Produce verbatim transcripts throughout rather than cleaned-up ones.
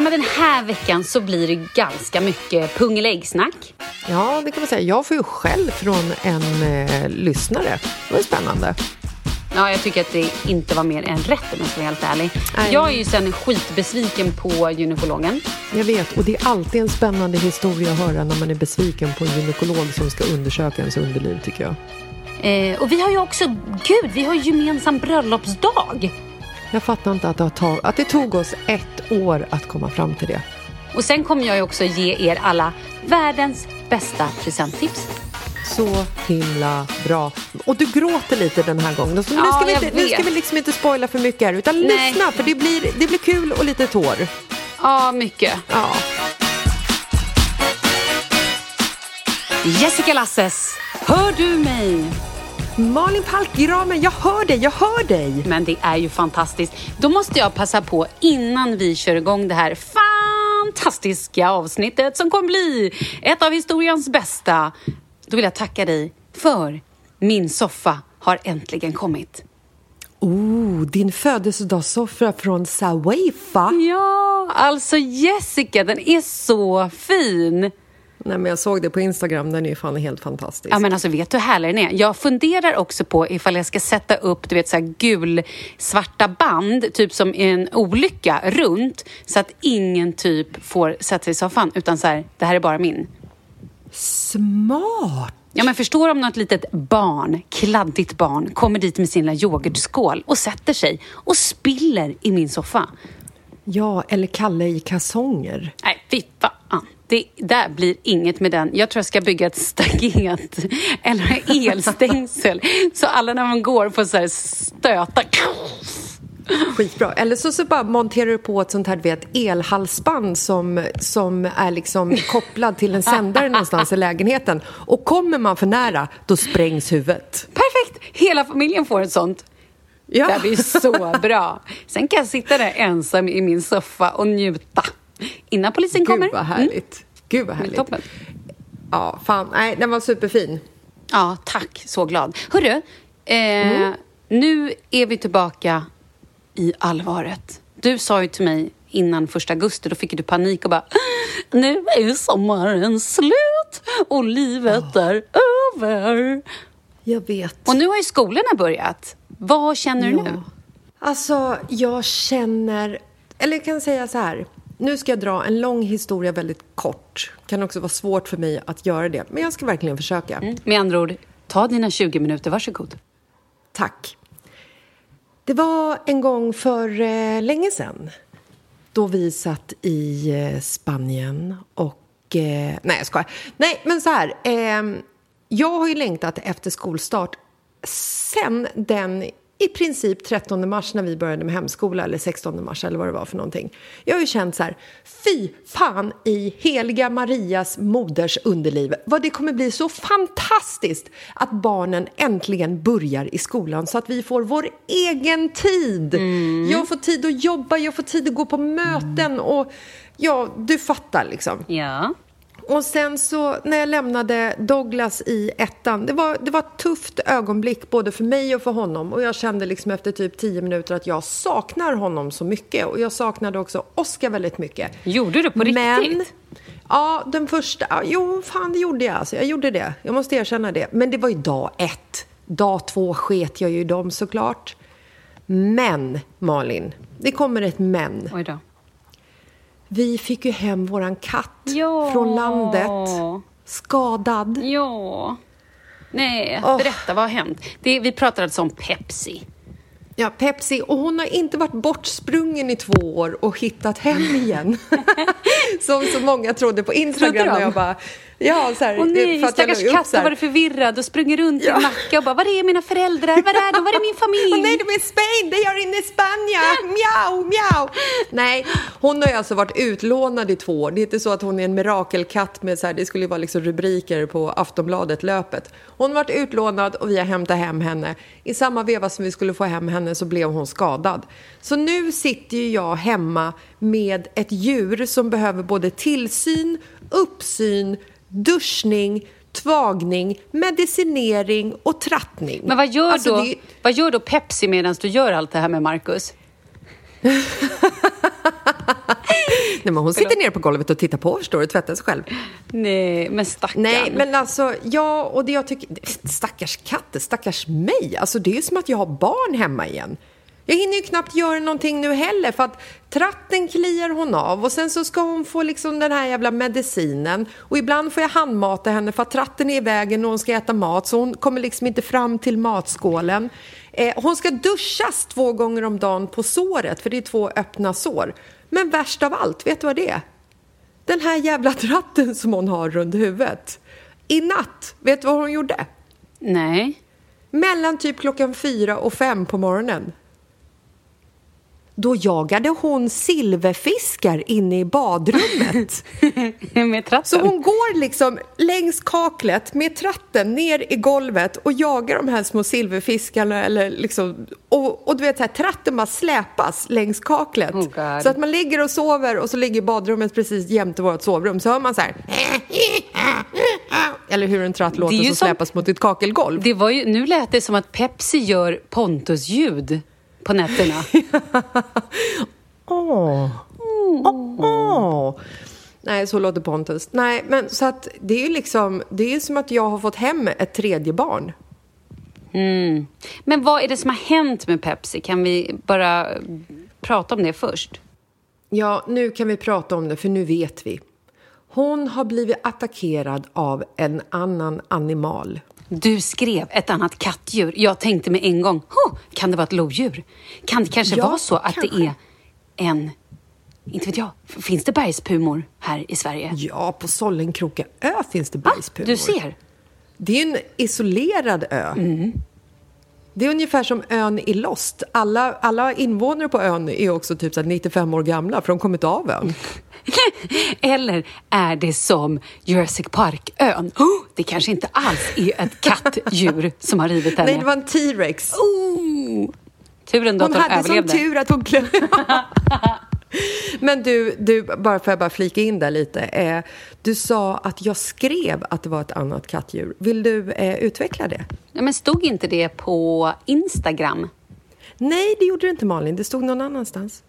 men den här veckan så blir det ganska mycket pungeläggsnack. Ja, det kan man säga. Jag får ju själv från en eh, lyssnare. Det var spännande. Ja, jag tycker att det inte var mer än rätt om jag ska vara helt ärlig. Nej. Jag är ju sen skitbesviken på gynekologen. Jag vet, och det är alltid en spännande historia att höra när man är besviken på en gynekolog som ska undersöka ens underliv, tycker jag. Eh, och vi har ju också, gud, vi har ju gemensam bröllopsdag. Jag fattar inte att det, har tag, att det tog oss ett år att komma fram till det. Och sen kommer jag ju också ge er alla världens bästa presenttips. Så himla bra. Och du gråter lite den här gången. Så ja, nu, ska vi inte, nu ska vi liksom inte spoila för mycket här. Utan Nej. lyssna, för det blir, det blir kul och lite tår. Ja, mycket. Ja. Jessica Lasses, hör du mig? Malin Palkgramen, jag hör dig, jag hör dig. Men det är ju fantastiskt. Då måste jag passa på innan vi kör igång det här fantastiska avsnittet som kommer bli ett av historiens bästa. Då vill jag tacka dig för min soffa har äntligen kommit. Oh, din födelsedagssoffa från Sawefa. Ja, alltså Jessica, den är så fin. Nej, men jag såg det på Instagram, den är ju fan helt fantastisk. Ja, men alltså vet du hur härlig den är? Jag funderar också på ifall jag ska sätta upp, du vet, så här gul svarta band, typ som en olycka runt, så att ingen typ får sätta sig i soffan, utan så här, det här är bara min. Smart! Ja, men förstår om något litet barn, kladdigt barn, kommer dit med sin lilla yoghurtskål och sätter sig och spiller i min soffa. Ja, eller Kalle i kalsonger. Nej, fy fan. Det där blir inget med den. Jag tror jag ska bygga ett staket eller elstängsel så alla när man går får så här stöta. Skitbra. Eller så, så bara monterar du på ett sånt här, du vet, elhalsband som, som är liksom kopplad till en sändare någonstans i lägenheten. Och kommer man för nära, då sprängs huvudet. Perfekt! Hela familjen får ett sånt. Ja. Det blir så bra. Sen kan jag sitta där ensam i min soffa och njuta. Innan polisen kommer. Gud vad härligt. Mm. Gud vad härligt. Toppen. Ja, fan. Nej, den var superfin. Ja, tack. Så glad. Hörru, eh, mm. nu är vi tillbaka i allvaret. Du sa ju till mig innan första augusti, då fick du panik och bara, nu är sommaren slut och livet oh. är över. Jag vet. Och nu har ju skolorna börjat. Vad känner ja. du nu? Alltså, jag känner, eller jag kan säga så här. Nu ska jag dra en lång historia väldigt kort. Kan också vara svårt för mig att göra det. Men jag ska verkligen försöka. Mm. Med andra ord, ta dina tjugo minuter, varsågod. Tack. Det var en gång för eh, länge sedan. Då vi satt i eh, Spanien och... Eh, nej, jag skojar. Nej, men så här. Eh, jag har ju längtat efter skolstart sen den... i princip trettonde mars när vi började med hemskola, eller sextonde mars eller vad det var för någonting. Jag har ju känt så här, fy fan i heliga Marias moders underliv. Vad det kommer bli så fantastiskt att barnen äntligen börjar i skolan så att vi får vår egen tid. Mm. Jag får tid att jobba, jag får tid att gå på möten och ja, du fattar liksom. Ja. Och sen så när jag lämnade Douglas i ettan, det var, det var ett tufft ögonblick både för mig och för honom. Och jag kände liksom efter typ tio minuter att jag saknar honom så mycket. Och jag saknade också Oscar väldigt mycket. Gjorde du på riktigt? Men, ja, den första, jo fan det gjorde jag alltså. Jag gjorde det, jag måste erkänna det. Men det var ju dag ett. Dag två sket jag ju i dem såklart. Men, Malin, det kommer ett men. Oj då. Vi fick ju hem våran katt ja. från landet. Skadad. Ja. Nej, oh. berätta, vad har hänt? Det, vi pratade alltså om Pepsi. Ja, Pepsi. Och hon har inte varit bortsprungen i två år och hittat hem igen. Som så många trodde på Instagram. Och jag bara... Ja, så här, och nej, för att stackars katt har varit förvirrad och sprungit runt ja. i Nacka och bara, var är mina föräldrar? Var är de? Var är min familj? Oh, nej, de är i Spanien, de är inne i Spanien. Mjau, mjau. Nej, hon har ju alltså varit utlånad i två år. Det är inte så att hon är en mirakelkatt med så här, det skulle vara liksom rubriker på Aftonbladet löpet. Hon har varit utlånad och vi har hämtat hem henne. I samma veva som vi skulle få hem henne så blev hon skadad. Så nu sitter ju jag hemma med ett djur som behöver både tillsyn, uppsyn, duschning, tvagning, medicinering och trattning. Men vad gör, alltså, då, det... vad gör då Pepsi medan du gör allt det här med Marcus? Nej, men hon sitter ner på golvet och tittar på, förstår du, tvättar sig själv. Nej, men stackarn. Nej, men alltså, ja, och det jag tycker, stackars katter, stackars mig. Alltså det är som att jag har barn hemma igen. Jag hinner ju knappt göra någonting nu heller, för att tratten kliar hon av och sen så ska hon få liksom den här jävla medicinen. Och ibland får jag handmata henne för att tratten är i vägen när hon ska äta mat, så hon kommer liksom inte fram till matskålen. Eh, hon ska duschas två gånger om dagen på såret, för det är två öppna sår. Men värst av allt, vet du vad det är? Den här jävla tratten som hon har runt huvudet. I natt, vet du vad hon gjorde? Nej. Mellan typ klockan fyra och fem på morgonen. Då jagade hon silverfiskar inne i badrummet. Med tratten? Så hon går liksom längs kaklet med tratten ner i golvet och jagar de här små silverfiskarna. Eller liksom, och, och du vet, här, tratten bara släpas längs kaklet. Oh så att man ligger och sover och så ligger badrummet precis jämte vårt sovrum. Så hör man så här... Eller hur en tratt låter som släpas mot ett kakelgolv. Det var ju, nu lät det som att Pepsi gör Pontus-ljud på nätterna. Åh. Åh. Åh. Nej, så låter Pontus. Nej, men så att det är ju liksom, det är som att jag har fått hem ett tredje barn. Mm. Men vad är det som har hänt med Pepsi? Kan vi bara prata om det först? Ja, nu kan vi prata om det, för nu vet vi. Hon har blivit attackerad av en annan animal. Du skrev ett annat kattdjur. Jag tänkte med en gång, oh, kan det vara ett lodjur? Kan det kanske ja, vara så att kanske. det är en, inte vet jag, finns det bergspumor här i Sverige? Ja, på Sollenkroka ö finns det bergspumor. Ah, du ser. Det är en isolerad ö. Mm. Det är ungefär som ön i Lost. Alla, alla invånare på ön är också typ så nittiofem år gamla, för de kommit av ön. Eller är det som Jurassic Park-ön? Oh, det kanske inte alls är ett kattdjur som har rivit henne. Nej, det var en T-rex. Oh. Turen då att hon hon hade överlevde. Sån tur att hon glömde. Men du, du, bara för att bara flika in där lite. Eh, du sa att jag skrev att det var ett annat kattdjur. Vill du eh, utveckla det? Ja, men stod inte det på Instagram? Nej, det gjorde det inte, Malin. Det stod någon annanstans.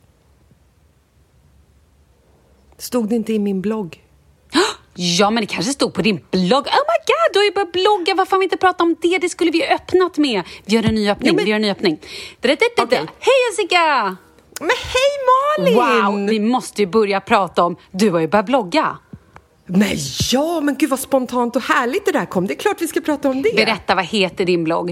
Stod det inte i min blogg? Ja, men det kanske stod på din blogg. Oh my god, du har ju börjat blogga. Varför har vi inte pratat om det? Det skulle vi ju öppnat med. Vi gör en ny öppning. Ja, men... Vi gör en ny öppning. Okay. Hej Jessica! Men hej Malin! Wow, vi måste ju börja prata om... Du har ju börjat blogga. Men ja, men gud vad spontant och härligt det där kom. Det är klart vi ska prata om det. Berätta, vad heter din blogg?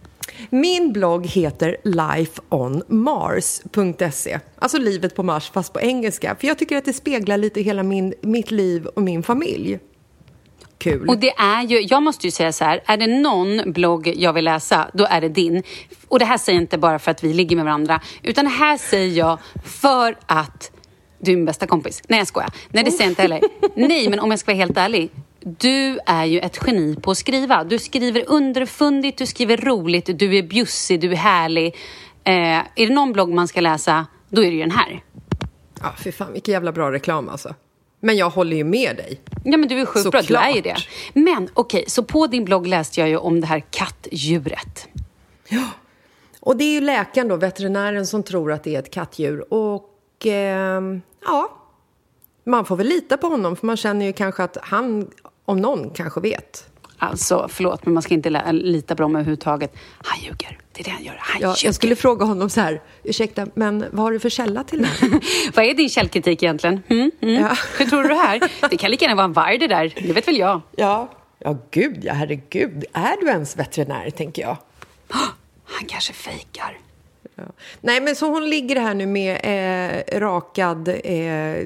Min blogg heter life on mars punkt se. Alltså livet på Mars, fast på engelska. För jag tycker att det speglar lite hela min, mitt liv och min familj. Kul. Och det är ju, jag måste ju säga så här, är det någon blogg jag vill läsa, då är det din. Och det här säger jag inte bara för att vi ligger med varandra, utan det här säger jag för att du är min bästa kompis. Nej, jag skojar. Nej, det säger jag inte heller. Nej, men om jag ska vara helt ärlig, du är ju ett geni på att skriva. Du skriver underfundigt, du skriver roligt, du är bjussig, du är härlig. Eh, är det någon blogg man ska läsa, då är det ju den här. Ja, för fan, vilken jävla bra reklam alltså. Men jag håller ju med dig. Ja, men du är sjukt bra, du är ju det. Men okej, okay, så på din blogg läste jag ju om det här kattdjuret. Ja, och det är ju läkaren då, veterinären, som tror att det är ett kattdjur. Och eh, ja, man får väl lita på honom, för man känner ju kanske att han, om någon, kanske vet. Alltså, förlåt, men man ska inte lita på dem överhuvudtaget. Han ljuger, det är det han gör. Han ja, ljuger. Jag skulle fråga honom så här, ursäkta, men vad har du för källa till det? Vad är din källkritik egentligen? Mm, mm. Ja. Hur tror du det här? Det kan lika gärna vara en varg det där, det vet väl jag. Ja, ja gud, ja herregud. Är du ens veterinär, tänker jag? Han kanske fejkar. Ja. Nej, men så hon ligger här nu med eh, rakad, eh,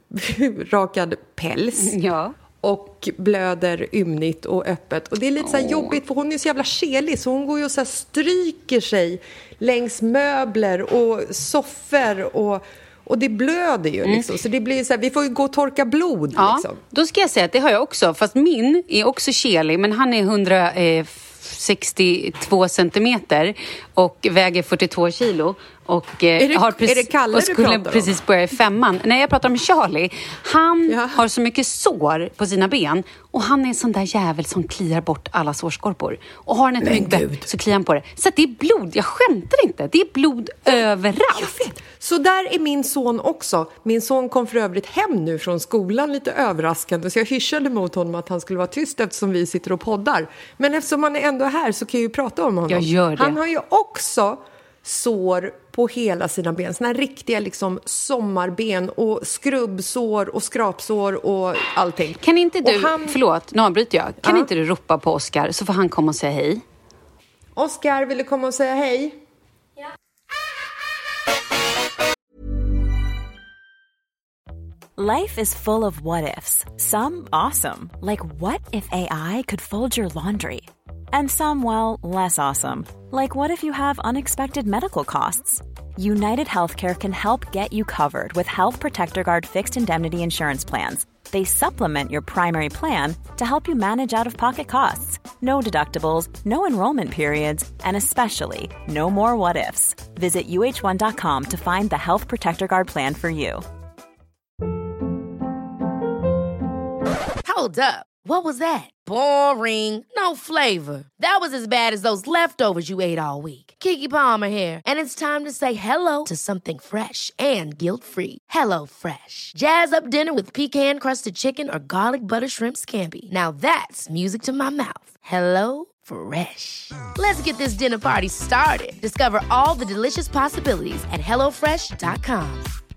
rakad päls. Ja. Och blöder ymnigt och öppet. Och det är lite så här jobbigt, för hon är så jävla kelig. Så hon går ju och så här stryker sig längs möbler och soffor. Och, och det blöder ju liksom. Mm. Så det blir så här, vi får ju gå och torka blod. Ja, liksom. Då ska jag säga att det har jag också. Fast min är också kelig. Men han är hundrasextiotvå centimeter och väger fyrtiotvå kilo. Och, eh, är, det, har precis, är det Kalle och skulle du pratar precis om? börja i femman. Nej, jag pratar om Charlie. Han ja. har så mycket sår på sina ben. Och han är en sån där jävel som kliar bort alla sårskorpor. Och har han ett myggbett så kliar han på det. Så att det är blod, jag skämtar inte. Det är blod överallt. Jag vet. Så där är min son också. Min son kom för övrigt hem nu från skolan lite överraskande. Så jag hyschade mot honom att han skulle vara tyst eftersom vi sitter och poddar. Men eftersom han är ändå här så kan jag ju prata om honom. Jag gör det. Han har ju också sår på hela sina ben. Såna här riktiga liksom sommarben och skrubbsår och skrapsår och allting. Kan inte du, han... förlåt, nu avbryter jag. Kan Ja. inte du ropa på Oscar så får han komma och säga hej? Oscar, vill du komma och säga hej? Ja. Life is full of what-ifs. Some awesome, like what if A I could fold your laundry? And some, well, less awesome, like what if you have unexpected medical costs? United Healthcare can help get you covered with Health Protector Guard fixed indemnity insurance plans. They supplement your primary plan to help you manage out-of-pocket costs. No deductibles, no enrollment periods, and especially no more what-ifs. Visit U H one dot com to find the Health Protector Guard plan for you. Hold up. What was that? Boring. No flavor. That was as bad as those leftovers you ate all week. Keke Palmer here, and it's time to say hello to something fresh and guilt-free. Hello Fresh. Jazz up dinner with pecan-crusted chicken or garlic butter shrimp scampi. Now that's music to my mouth. Hello Fresh. Let's get this dinner party started. Discover all the delicious possibilities at hello fresh dot com.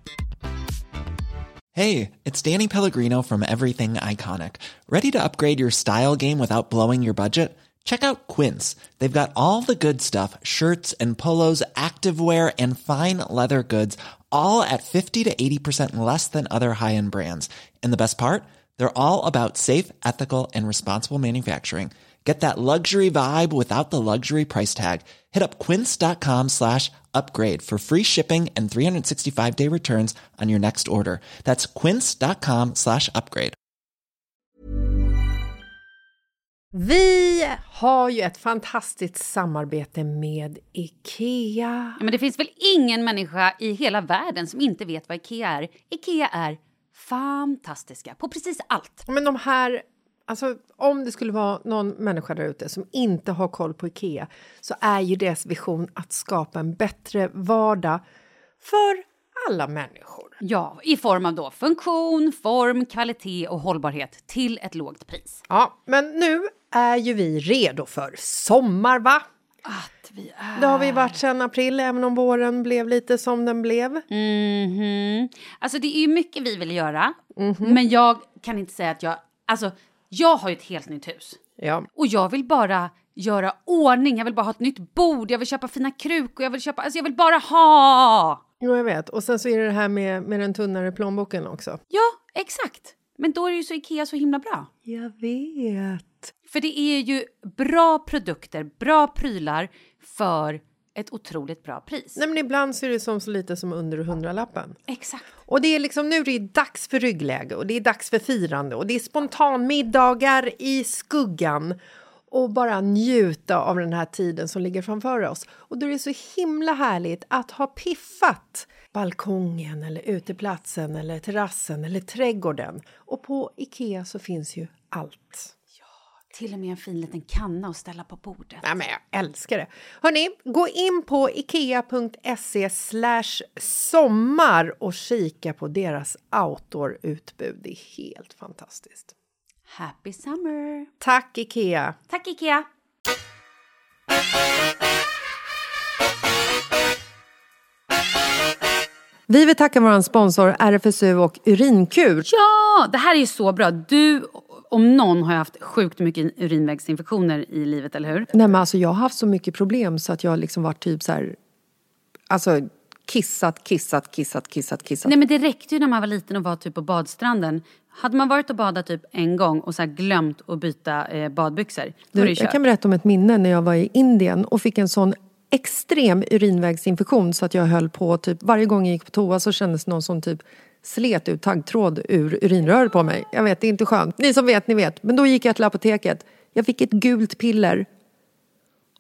Hey, it's Danny Pellegrino from Everything Iconic. Ready to upgrade your style game without blowing your budget? Check out Quince. They've got all the good stuff, shirts and polos, activewear, and fine leather goods, all at fifty to eighty percent less than other high-end brands. And the best part? They're all about safe, ethical, and responsible manufacturing. Get that luxury vibe without the luxury price tag. Hit up quince.com slash upgrade for free shipping and three sixty-five day returns on your next order. That's quince.com slash upgrade. Vi har ju ett fantastiskt samarbete med IKEA. Ja, men det finns väl ingen människa i hela världen som inte vet vad IKEA är. IKEA är fantastiska på precis allt. Men de här, alltså om det skulle vara någon människa där ute som inte har koll på IKEA, så är ju deras vision att skapa en bättre vardag för alla människor. Ja, i form av då funktion, form, kvalitet och hållbarhet till ett lågt pris. Ja, men nu är ju vi redo för sommar, va? Att vi är... Det har vi varit sedan april, även om våren blev lite som den blev. Mhm. Alltså det är ju mycket vi vill göra. Mm-hmm. Men jag kan inte säga att jag... Alltså, jag har ju ett helt nytt hus. Ja. Och jag vill bara göra ordning. Jag vill bara ha ett nytt bord. Jag vill köpa fina krukor. Jag vill köpa... Alltså jag vill bara ha... Jo, jag vet. Och sen så är det det här med, med den tunnare plånboken också. Ja, exakt. Men då är ju så IKEA så himla bra. Jag vet. För det är ju bra produkter, bra prylar för ett otroligt bra pris. Nej, men ibland så är det som så lite som under hundralappen. Exakt. Och det är liksom, nu är det dags för ryggläge och det är dags för firande och det är spontanmiddagar i skuggan. Och bara njuta av den här tiden som ligger framför oss. Och då är det så himla härligt att ha piffat balkongen eller uteplatsen eller terrassen eller trädgården. Och på IKEA så finns ju allt. Till och med en fin liten kanna att ställa på bordet. Ja, men jag älskar det. Hörrni, gå in på ikea.se slash sommar och kika på deras outdoor-utbud. Det är helt fantastiskt. Happy summer! Tack IKEA! Tack IKEA! Vi vill tacka vår sponsor R F S U och Urinkur. Ja, det här är ju så bra. Du, om någon, har haft sjukt mycket urinvägsinfektioner i livet, eller hur? Nej, men alltså jag har haft så mycket problem så att jag liksom varit typ så här... Alltså kissat, kissat, kissat, kissat, kissat. Nej, men det räckte ju när man var liten och var typ på badstranden. Hade man varit och badat typ en gång och så här glömt att byta eh, badbyxor, då är det Du, jag kan berätta om ett minne när jag var i Indien och fick en sån extrem urinvägsinfektion så att jag höll på typ varje gång jag gick på toa så kändes någon som typ slet ut taggtråd ur urinrör på mig. Jag vet, det är inte skönt. Ni som vet, ni vet. Men då gick jag till apoteket. Jag fick ett gult piller.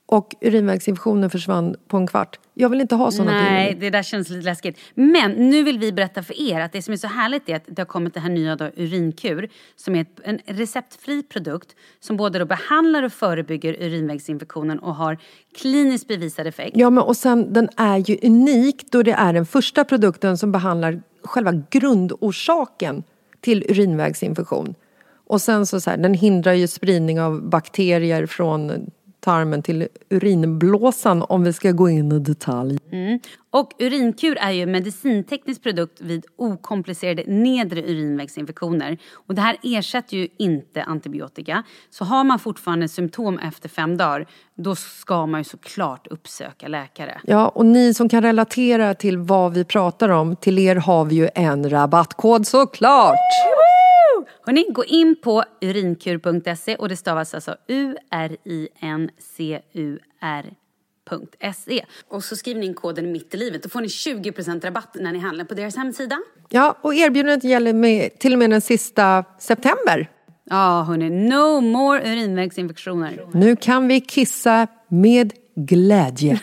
och urinvägsinfektionen försvann på en kvart. Jag vill inte ha sådana piller. Nej, det där känns lite läskigt. Men nu vill vi berätta för er att det som är så härligt är att det har kommit det här nya då, urinkur. Som är ett, en receptfri produkt som både då behandlar och förebygger urinvägsinfektionen och har kliniskt bevisad effekt. Ja, men och sen den är ju unik då det är den första produkten som behandlar själva grundorsaken till urinvägsinfektion. Och sen så, så här, den hindrar ju spridning av bakterier från tarmen till urinblåsan om vi ska gå in i detalj. Mm. Och urinkur är ju en medicinteknisk produkt vid okomplicerade nedre urinvägsinfektioner. Och det här ersätter ju inte antibiotika. Så har man fortfarande symptom efter fem dagar, då ska man ju såklart uppsöka läkare. Ja, och ni som kan relatera till vad vi pratar om, till er har vi ju en rabattkod såklart! Hörrni, gå in på urinkur punkt se och det stavas alltså U R I N C U R punkt se. Och så skriver ni in koden mitt i livet. Då får ni tjugo procent rabatt när ni handlar på deras hemsida. Ja, och erbjudandet gäller med, till och med den sista september. Ja, hörni, no more urinvägsinfektioner. Nu kan vi kissa med glädje.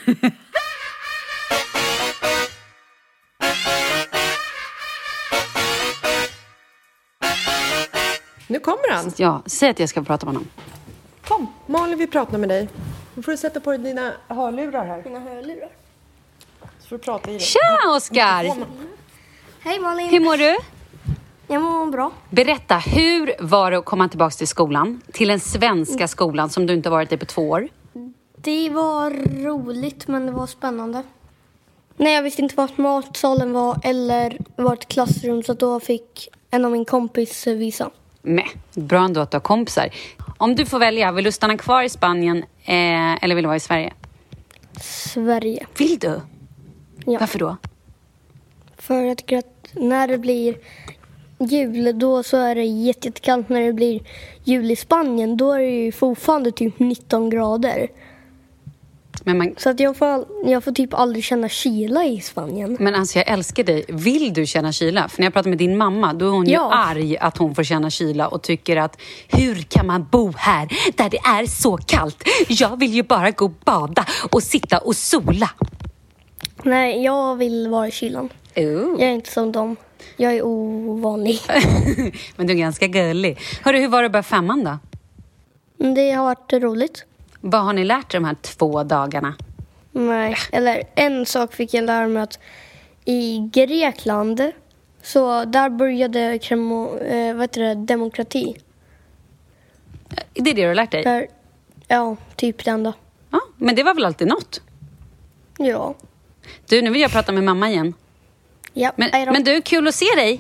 Nu kommer han. Ja, säg att jag ska prata med honom. Kom, Malin vill prata med dig. Nu får du sätta på dig dina hörlurar här. Mina hörlurar. Så får du prata i det. Tja, Oskar! Hej Malin. Hur mår du? Jag mår bra. Berätta, hur var det att komma tillbaka till skolan? Till den svenska skolan som du inte varit i på två år. Det var roligt men det var spännande. Nej, jag visste inte vart matsalen var eller vart klassrum, så då fick en av min kompis visa. Men, bra ändå att du har kompisar. Om du får välja, vill du stanna kvar i Spanien eh, eller vill du vara i Sverige? Sverige. Vill du? Ja. Varför då? För jag tycker att när det blir jul, då så är det jätte- jättekallt. När det blir jul i Spanien, då är det ju fortfarande typ nitton grader. Men, man, Så att jag får, jag får typ aldrig känna kyla i Spanien. men alltså jag älskar dig. Vill du känna kyla? För när jag pratar med din mamma, då är hon Ja. ju arg att hon får känna kyla och tycker att hur kan man bo här där det är så kallt? Jag vill ju bara gå och bada och sitta och sola. Nej, jag vill vara i kylan. Oh. Jag är inte som dem. Jag är ovanlig. Men du är ganska gullig. Hörru, hur var det att börja femman då? Men det har varit roligt. Vad har ni lärt er de här två dagarna? Nej, eller en sak fick jag lära mig, att i Grekland så där började kremo, eh, vad heter det, demokrati. Det är det du har lärt dig? Där, ja, typ den då. Ja, men det var väl alltid något? Ja. Du, nu vill jag prata med mamma igen. Ja, Men, hej då. men du, kul att se dig.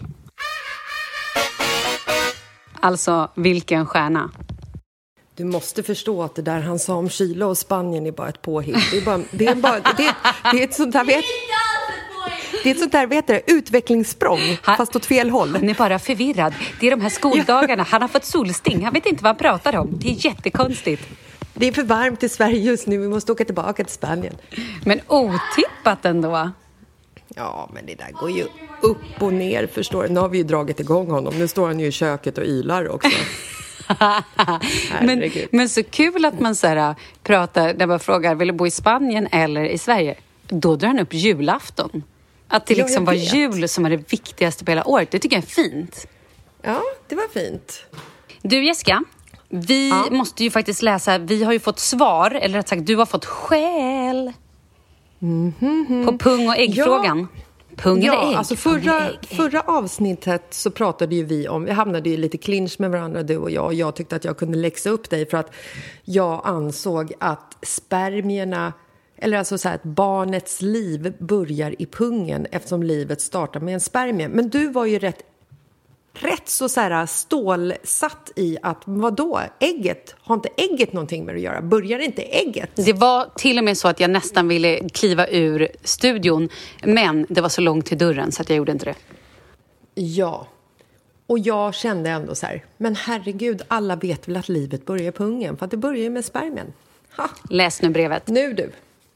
Alltså, vilken stjärna. Du måste förstå att det där han sa om kyla och Spanien är bara ett påhitt. Det är, bara, det är, bara, det, det är ett sånt här, vet, det är ett sånt där, vet du, utvecklingssprång, Han- fast åt fel håll. Han är bara förvirrad. Det är de här skoldagarna. Han har fått solsting. Han vet inte vad han pratar om. Det är jättekonstigt. Det är för varmt i Sverige just nu, vi måste åka tillbaka till Spanien. Men otippat ändå. Ja, men det där går ju upp och ner, förstår du. Nu har vi ju dragit igång honom. Nu står han ju i köket och ylar också. men, Herregud. men så kul att man så här, pratar, när man frågar, vill du bo i Spanien eller i Sverige? Då drar han upp julafton. Att det Ja, liksom jag var vet. jul som är det viktigaste på hela året. Det tycker jag är fint. Ja, det var fint. Du Jessica, vi Ja. måste ju faktiskt läsa, vi har ju fått svar, eller rätt sagt du har fått skäl på pung- och äggfrågan. Pung eller ägg? Ja, alltså Pung eller förra, ägg, ägg. förra avsnittet så pratade ju vi om, vi hamnade ju lite clinch med varandra, du och jag. Och jag tyckte att jag kunde läxa upp dig för att jag ansåg att spermierna, eller alltså så här, att barnets liv börjar i pungen eftersom livet startar med en spermie. Men du var ju rätt, rätt så, så här stålsatt i att, vadå, ägget, har inte ägget någonting med det att göra? Börjar inte ägget? Det var till och med så att jag nästan ville kliva ur studion, men det var så långt till dörren så att jag gjorde inte det. Ja, och jag kände ändå så här, men herregud, alla vet väl att livet börjar i pungen, för att det börjar ju med spermien. Ha. Läs nu brevet. Nu du.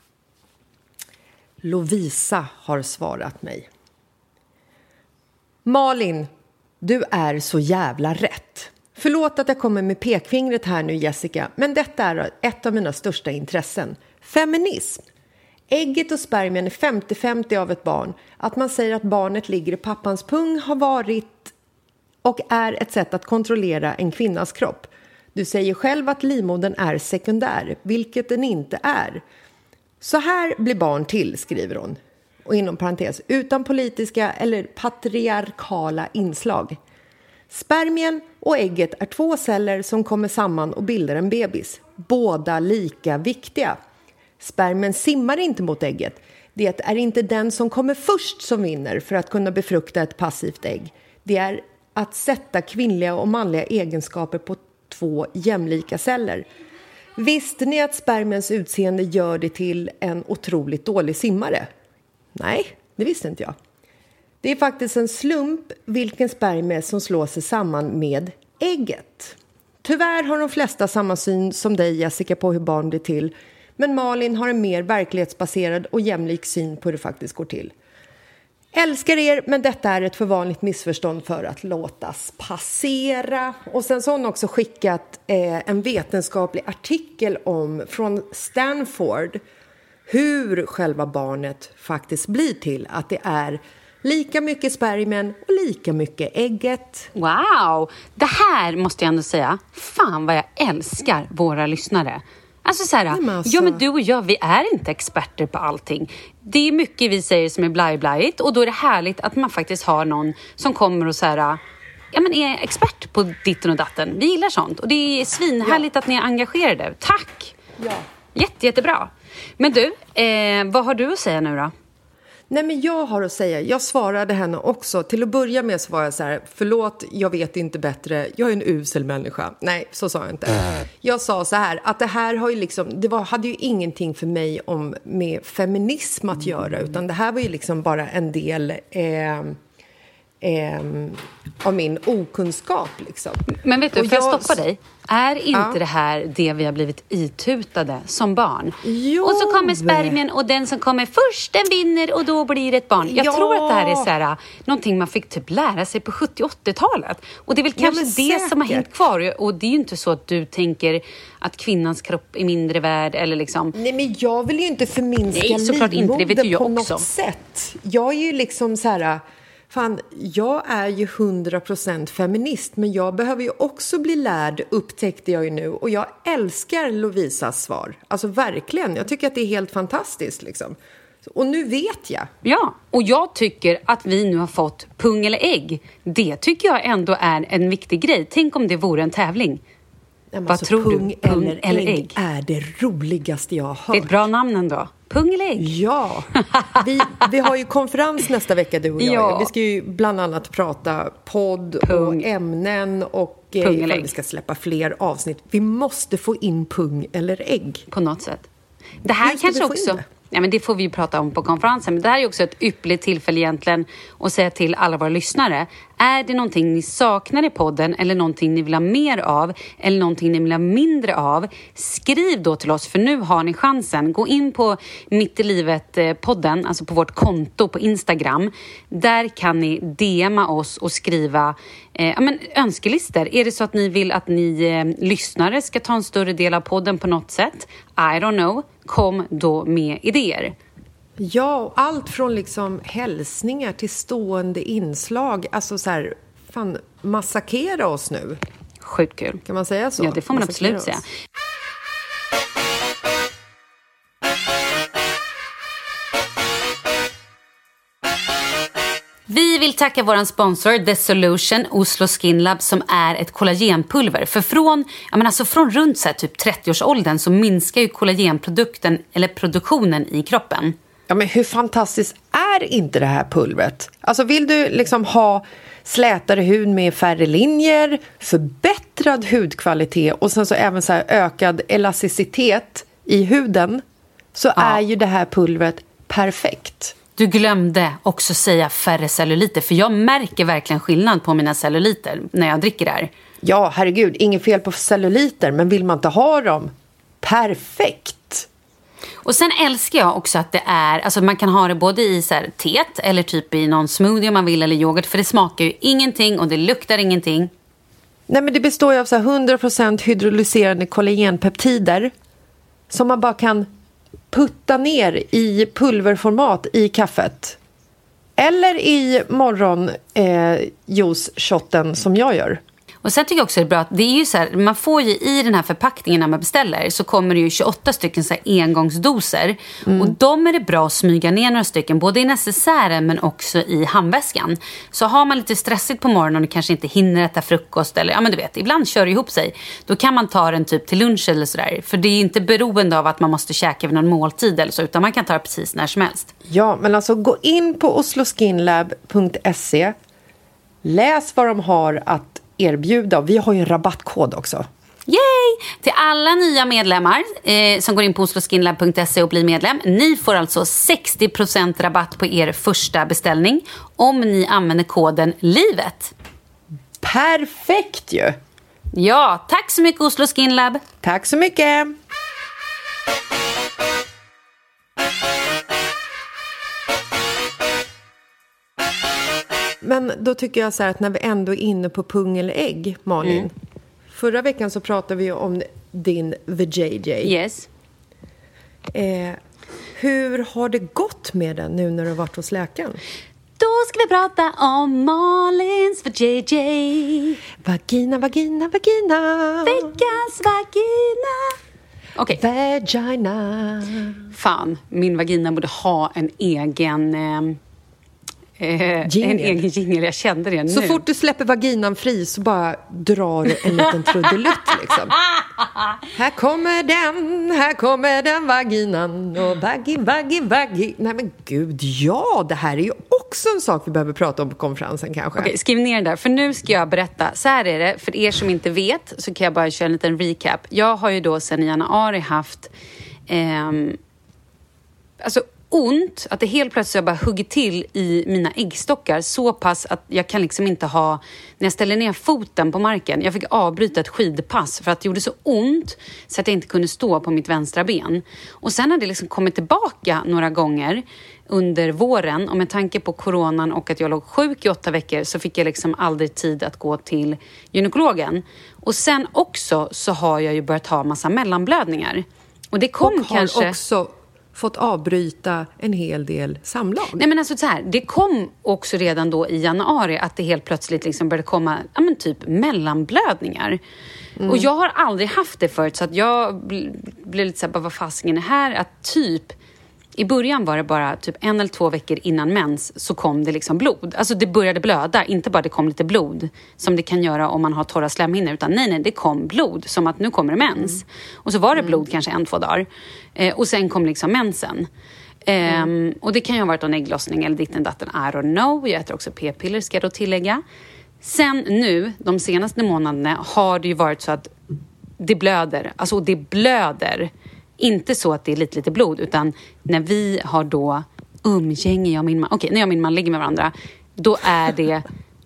Lovisa har svarat mig. Malin, du är så jävla rätt. Förlåt att jag kommer med pekfingret här nu, Jessica, men detta är ett av mina största intressen. Feminism. Ägget och spermien är femtio femtio av ett barn. Att man säger att barnet ligger i pappans pung har varit och är ett sätt att kontrollera en kvinnas kropp. Du säger själv att livmodern är sekundär, vilket den inte är. Så här blir barn till, skriver hon. Och inom parentes, utan politiska eller patriarkala inslag. Spermien och ägget är två celler som kommer samman och bildar en bebis. Båda lika viktiga. Spermien simmar inte mot ägget. Det är inte den som kommer först som vinner för att kunna befrukta ett passivt ägg. Det är att sätta kvinnliga och manliga egenskaper på två jämlika celler. Visste ni att spermiens utseende gör det till en otroligt dålig simmare? Nej, det visste inte jag. Det är faktiskt en slump vilken spermie som slår sig samman med ägget. Tyvärr har de flesta samma syn som dig, Jessica, på hur barn blir till. Men Malin har en mer verklighetsbaserad och jämlik syn på hur det faktiskt går till. Älskar er, men detta är ett för vanligt missförstånd för att låtas passera. Och sen så har hon också skickat eh, en vetenskaplig artikel om från Stanford hur själva barnet faktiskt blir till. Att det är lika mycket spermien och lika mycket ägget. Wow, det här måste jag ändå säga. Fan vad jag älskar våra lyssnare. Alltså så här, Nej, men alltså... ja men du och jag, vi är inte experter på allting. Det är mycket vi säger som är blaj-blajigt och då är det härligt att man faktiskt har någon som kommer och så här, ja men är expert på ditten och datten. Vi gillar sånt och det är svinhärligt ja. Att ni är engagerade. Tack! Ja. Jätte, jättebra. Men du, eh, vad har du att säga nu då? Nej, men jag har att säga, jag svarade henne också. Till att börja med så var jag så här, förlåt, jag vet inte bättre. Jag är en usel människa. Nej, så sa jag inte. Äh. Jag sa så här, att det här har ju liksom, det var, hade ju ingenting för mig om med feminism att göra. Utan det här var ju liksom bara en del eh, eh, av min okunskap liksom. Men vet du, och får jag, jag stoppa dig? Är inte ja. det här det vi har blivit itutade som barn? Jo. Och så kommer spermien och den som kommer först, den vinner och då blir det ett barn. Jag ja. tror att det här är så här, någonting man fick typ lära sig på sjuttio- och åttiotalet. Och det är väl kanske ja, det som har hängt kvar. Och det är ju inte så att du tänker att kvinnans kropp är mindre värd eller liksom... Nej, men jag vill ju inte förminska Nej, såklart inte, det vet ju jag på också. Något sätt. Jag är ju liksom så här... Fan, jag är ju hundra procent feminist, men jag behöver ju också bli lärd, upptäckte jag ju nu. Och jag älskar Lovisas svar. Alltså verkligen, jag tycker att det är helt fantastiskt liksom. Och nu vet jag. Ja, och jag tycker att vi nu har fått pung eller ägg. Det tycker jag ändå är en viktig grej. Tänk om det vore en tävling. Nej, Vad alltså, tror pung du? Pung eller, eller ägg? ägg är det roligaste jag har hört. Det är ett bra namn ändå. Pung eller ägg? Ja, vi, vi har ju konferens nästa vecka, du och jag. Ja. Vi ska ju bland annat prata podd pung. och ämnen och pung eh, vi ska släppa fler avsnitt. Vi måste få in pung eller ägg. På något sätt. Det här kanske också... Ja, men det får vi ju prata om på konferensen. Men det här är också ett ypperligt tillfälle egentligen att säga till alla våra lyssnare. Är det någonting ni saknar i podden eller någonting ni vill ha mer av eller någonting ni vill ha mindre av, skriv då till oss, för nu har ni chansen. Gå in på Mitt i livet-podden, alltså på vårt konto på Instagram. Där kan ni D M:a oss och skriva eh, ja, men önskelistor. Är det så att ni vill att ni eh, lyssnare ska ta en större del av podden på något sätt? I don't know. Kom då med idéer. Ja, och allt från liksom hälsningar till stående inslag. Alltså så här, fan, massakera oss nu. Sjukt kul. Kan man säga så? Ja, det får man massakera absolut oss. säga. Vi vill tacka våran sponsor The Solution Oslo Skin Lab, som är ett kollagenpulver. För från, jag menar, alltså från runt så här, typ trettio-årsåldern så minskar ju kollagenprodukten eller produktionen i kroppen. Ja, men hur fantastiskt är inte det här pulvret? Alltså vill du liksom ha slätare hud med färre linjer, förbättrad hudkvalitet och sen så även så här ökad elasticitet i huden, så ja. är ju det här pulvret perfekt. Du glömde också säga färre celluliter, för jag märker verkligen skillnad på mina celluliter när jag dricker det här. Ja, herregud, inget fel på celluliter, men vill man inte ha dem, perfekt. Och sen älskar jag också att det är, alltså man kan ha det både i så här teet eller typ i någon smoothie om man vill eller yoghurt, för det smakar ju ingenting och det luktar ingenting. Nej, men det består ju av så här hundra procent hydrolyserade kollagenpeptider som man bara kan putta ner i pulverformat i kaffet. Eller i morgonjuice-shotten eh, som jag gör. Och sen tycker jag också det är bra att det är ju så här, man får ju i den här förpackningen när man beställer så kommer det ju tjugoåtta stycken så här engångsdoser. Mm. Och de är det bra att smyga ner några stycken, både i necessären men också i handväskan. Så har man lite stressigt på morgonen och kanske inte hinner äta frukost eller, ja men du vet, ibland kör det ihop sig. Då kan man ta den typ till lunch eller sådär. För det är inte beroende av att man måste käka vid någon måltid eller så, utan man kan ta det precis när som helst. Ja, men alltså gå in på osloskinlab punkt se. Läs vad de har att erbjuda. Vi har ju en rabattkod också. Yay! Till alla nya medlemmar eh, som går in på osloskinlab punkt se och blir medlem. Ni får alltså sextio procent rabatt på er första beställning om ni använder koden LIVET. Perfekt ju! Ja, tack så mycket Oslo Skin Lab. Tack så mycket! Men då tycker jag så här att när vi ändå är inne på pung eller ägg, Malin. Mm. Förra veckan så pratade vi om din V J J. Yes. Eh, hur har det gått med den nu när du har varit hos läkaren? Då ska vi prata om Malins V J J. Vagina, vagina, vagina. Veckans vagina. Okej. Okay. Vagina. Fan, min vagina borde ha en egen... Eh... Eh, en egen jingle, jag kände det nu. Så fort du släpper vaginan fri så bara drar du en liten trudelutt liksom. Här kommer den, här kommer den vaginan. Och vaggi, vaggi, vaggi. Nej men gud, ja, det här är ju också en sak vi behöver prata om på konferensen kanske. Okej, skriv ner det där, för nu ska jag berätta. Så här är det, för er som inte vet så kan jag bara köra en liten recap. Jag har ju då sedan i januari haft ehm, alltså ont, att det helt plötsligt bara hugger till i mina äggstockar så pass att jag kan liksom inte ha, när jag ställer ner foten på marken, jag fick avbryta ett skidpass för att det gjorde så ont så att jag inte kunde stå på mitt vänstra ben. Och sen har det liksom kommit tillbaka några gånger under våren, och med tanke på coronan och att jag låg sjuk i åtta veckor så fick jag liksom aldrig tid att gå till gynekologen. Och sen också så har jag ju börjat ha massa mellanblödningar. Och det kom och har kanske... också fått avbryta en hel del samlag. Nej men alltså så här, det kom också redan då i januari att det helt plötsligt liksom började komma, ja men typ mellanblödningar. Mm. Och jag har aldrig haft det förut, så att jag blev lite så här, bara vad fasken är här? Att typ, i början var det bara typ en eller två veckor innan mens så kom det liksom blod. Alltså det började blöda, inte bara det kom lite blod som det kan göra om man har torra slemhinnor, utan nej nej, det kom blod som att nu kommer det mens. Mm. Och så var det blod mm. kanske en, två dagar. Eh, och sen kom liksom mensen. Eh, mm. Och det kan ju ha varit en ägglossning eller ditten datten, I don't know. Jag äter också p-piller, ska jag då tillägga. Sen nu, de senaste månaderna har det ju varit så att det blöder. Alltså det blöder. Inte så att det är lite, lite blod, utan när vi har då umgänge, jag och min man, okej, när jag och min man ligger med varandra, då är det,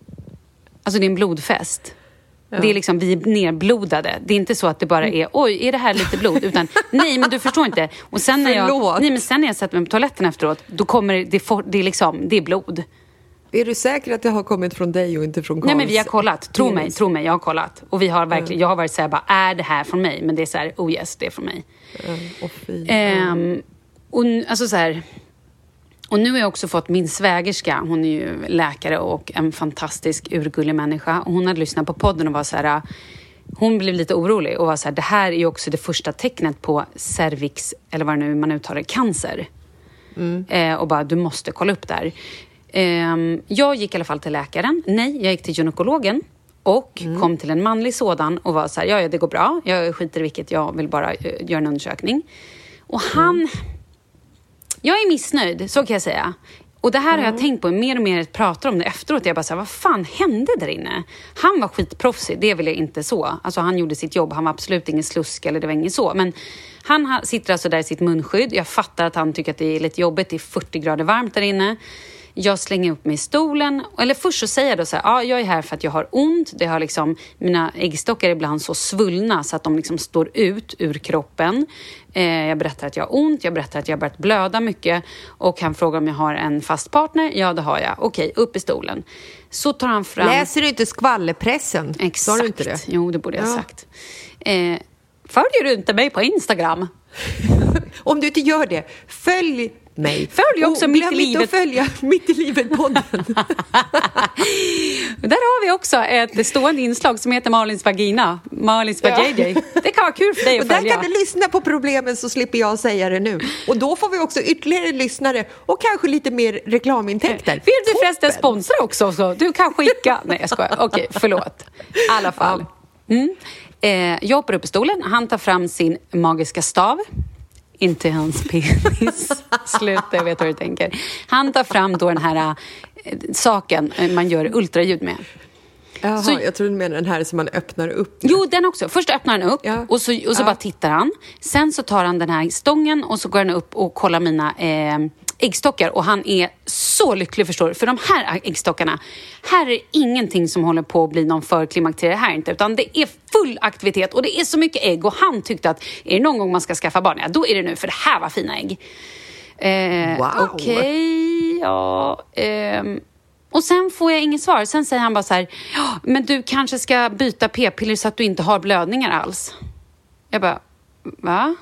alltså det är en blodfest. Ja. Det är liksom, vi är nerblodade. Det är inte så att det bara är, oj, är det här lite blod? Utan, nej, men du förstår inte. Och sen när jag, nej, men sen när jag sätter mig på toaletten efteråt, då kommer det, for, det är liksom, det är blod. Är du säker att det har kommit från dig och inte från Karls? Nej, men vi har kollat. Tro mig, tro mig, jag har kollat. Och vi har verkligen, jag har varit så här, bara, är det här från mig? Men det är så här, oh yes, det är från mig. Mm, och fy. Um, och alltså så här, och nu har jag också fått min svägerska, hon är ju läkare och en fantastisk urgullig människa. Och hon hade lyssnat på podden och var så här, hon blev lite orolig och var så här, det här är ju också det första tecknet på cervix, eller vad det nu man uttalar, cancer. Mm. Eh, och bara, du måste kolla upp där. Um, jag gick i alla fall till läkaren. Nej, jag gick till gynekologen och mm. kom till en manlig sådan och var så här, ja, ja det går bra. Jag skiter i vilket, jag vill bara uh, göra en undersökning. Och han, mm. jag är missnöjd, så kan jag säga. Och det här mm. har jag tänkt på mer och mer, pratar om det efteråt. Jag bara så här, vad fan hände där inne? Han var skitproffsig, det vill jag inte så. Alltså han gjorde sitt jobb, han var absolut ingen slusk eller det var inget så. Men han ha, sitter alltså där i sitt munskydd. Jag fattar att han tycker att det är lite jobbigt, det är fyrtio grader varmt där inne. Jag slänger upp mig i stolen. Eller först så säger jag då så här, ja, jag är här för att jag har ont. Det har liksom, mina äggstockar är ibland så svullna så att de liksom står ut ur kroppen. Eh, jag berättar att jag har ont. Jag berättar att jag har börjat blöda mycket. Och han frågar om jag har en fast partner. Ja, det har jag. Okej, upp i stolen. Så tar han fram... Läser du inte skvallerpressen? Exakt. Sa du inte det? Jo, det borde jag ha Ja. sagt. Eh, följer du inte mig på Instagram? Om du inte gör det, följ mig. Följ också och Mitt glöm i livet. inte att följa Mitt i livet-podden. Där har vi också ett stående inslag som heter Malins vagina. Malins Ja. vajayjay. Det kan vara kul för dig Och att där följa. kan du lyssna på problemen så slipper jag säga det nu. Och då får vi också ytterligare lyssnare och kanske lite mer reklamintäkter. Vill du Toppen. förresten sponsra också? Så du kan skicka... Nej, jag skojar. Okej, förlåt. I alla fall. Mm. Eh, jag hoppar upp i stolen. Han tar fram sin magiska stav. Inte hans penis. Sluta, jag vet vad du tänker. Han tar fram då den här äh, saken man gör ultraljud med. Jaha, Så- jag tror du menar den här som man öppnar upp. Jo, den också. Först öppnar han upp Ja. och så, och så Ja. bara tittar han. Sen så tar han den här stången och så går han upp och kollar mina eh, äggstockar. Och han är så lycklig, förstår du. För de här äggstockarna, här är ingenting som håller på att bli någon förklimakterie här inte. Utan det är full aktivitet och det är så mycket ägg. Och han tyckte att är det någon gång man ska skaffa barn, ja då är det nu, för det här var fina ägg. Eh, Wow. Okej, ja... ehm. Och sen får jag inget svar. Sen säger han bara så här, ja, men du kanske ska byta p-piller så att du inte har blödningar alls. Jag bara, va?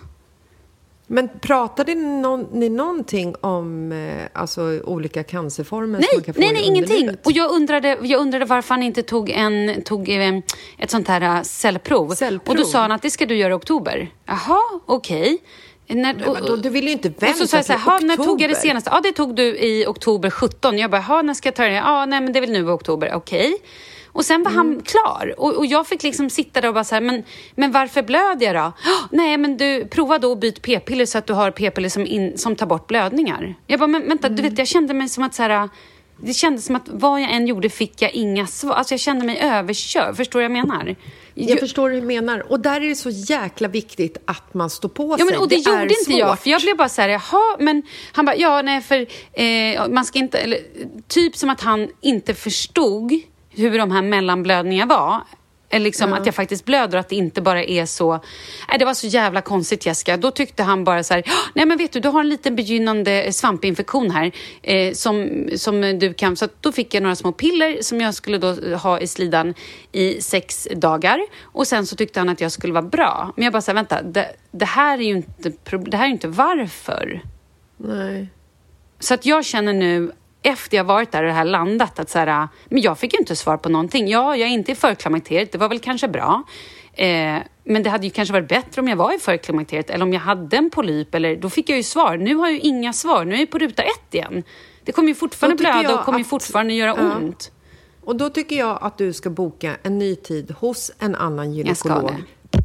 Men pratade ni, någon, ni någonting om eh, alltså, olika cancerformer som man Nej, kan få nej, i nej, ingenting. underlivet? Och jag undrade, jag undrade varför han inte tog, en, tog eh, ett sånt här eh, cellprov. Cellprov. Och då sa han att det ska du göra i oktober. Jaha, okej. När, Men vadå, du vill ju inte vänta och så sa jag så här, till "Ha, när oktober." tog jag det senaste? Ja, det tog du i oktober sjutton. Jag bara, "Ha, när ska jag ta det? Ja, nej, men det är väl nu i oktober. Okej." Och sen var Mm. han klar. Och, och jag fick liksom sitta där och bara så här, men, men varför blöder jag då? "Ja, nej, men du, prova då att byta p-piller så att du har p-piller som, in, som tar bort blödningar. Jag bara, men vänta, Mm. du vet, jag kände mig som att så här... Det kändes som att vad jag än gjorde fick jag inga svar. Alltså jag kände mig överkörd. Förstår du vad jag menar? Jag förstår hur du menar. Och där är det så jäkla viktigt att man står på Ja, sig. men, och det, är gjorde inte svårt. jag. För jag blev bara så här, jaha, men han bara, ja, nej, för eh, man ska inte, eller, typ som att han inte förstod hur de här mellanblödningarna var. Eller liksom Ja. att jag faktiskt blöder och att det inte bara är så... Nej, det var så jävla konstigt, Jessica. Då tyckte han bara så här, nej men vet du, du har en liten begynnande svampinfektion här eh, som, som du kan... Så att då fick jag några små piller som jag skulle då ha i slidan i sex dagar. Och sen så tyckte han att jag skulle vara bra. Men jag bara så här, vänta, det, det här är ju inte, det här är ju inte varför. Nej. Så att jag känner nu, efter jag varit där och det här landat, att så här, men jag fick ju inte svar på någonting. Ja, jag är inte i förklimakteriet, det var väl kanske bra. Eh, men det hade ju kanske varit bättre om jag var i förklimakteriet. Eller om jag hade en polyp, eller, då fick jag ju svar. Nu har jag ju inga svar, nu är jag på ruta ett igen. Det kommer ju fortfarande Då tycker blöda jag och kommer ju att- fortfarande göra Ja. ont. Och då tycker jag att du ska boka en ny tid hos en annan Jag ska gynekolog. det.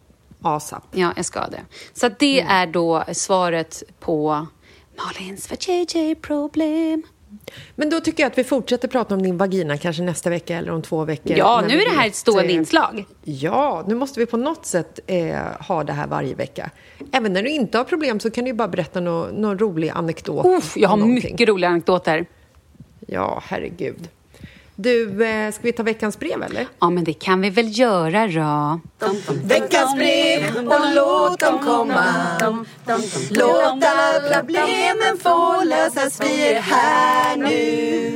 ASAP. Ja, jag ska det. Så att det Mm. är då svaret på Malins vajayjay-problem. Men då tycker jag att vi fortsätter prata om din vagina kanske nästa vecka eller om två veckor. Ja, när nu vi är det här vet, ett stående eh, inslag. Ja, nu måste vi på något sätt eh, ha det här varje vecka. Även när du inte har problem så kan du ju bara berätta någon, någon rolig anekdot. Uff, jag har om någonting. mycket roliga anekdoter. Ja, herregud. Du, eh, ska vi ta veckans brev eller? Ja, men det kan vi väl göra då. Veckans brev och låt dem komma. Låt alla problemen få lösas, vi är här nu.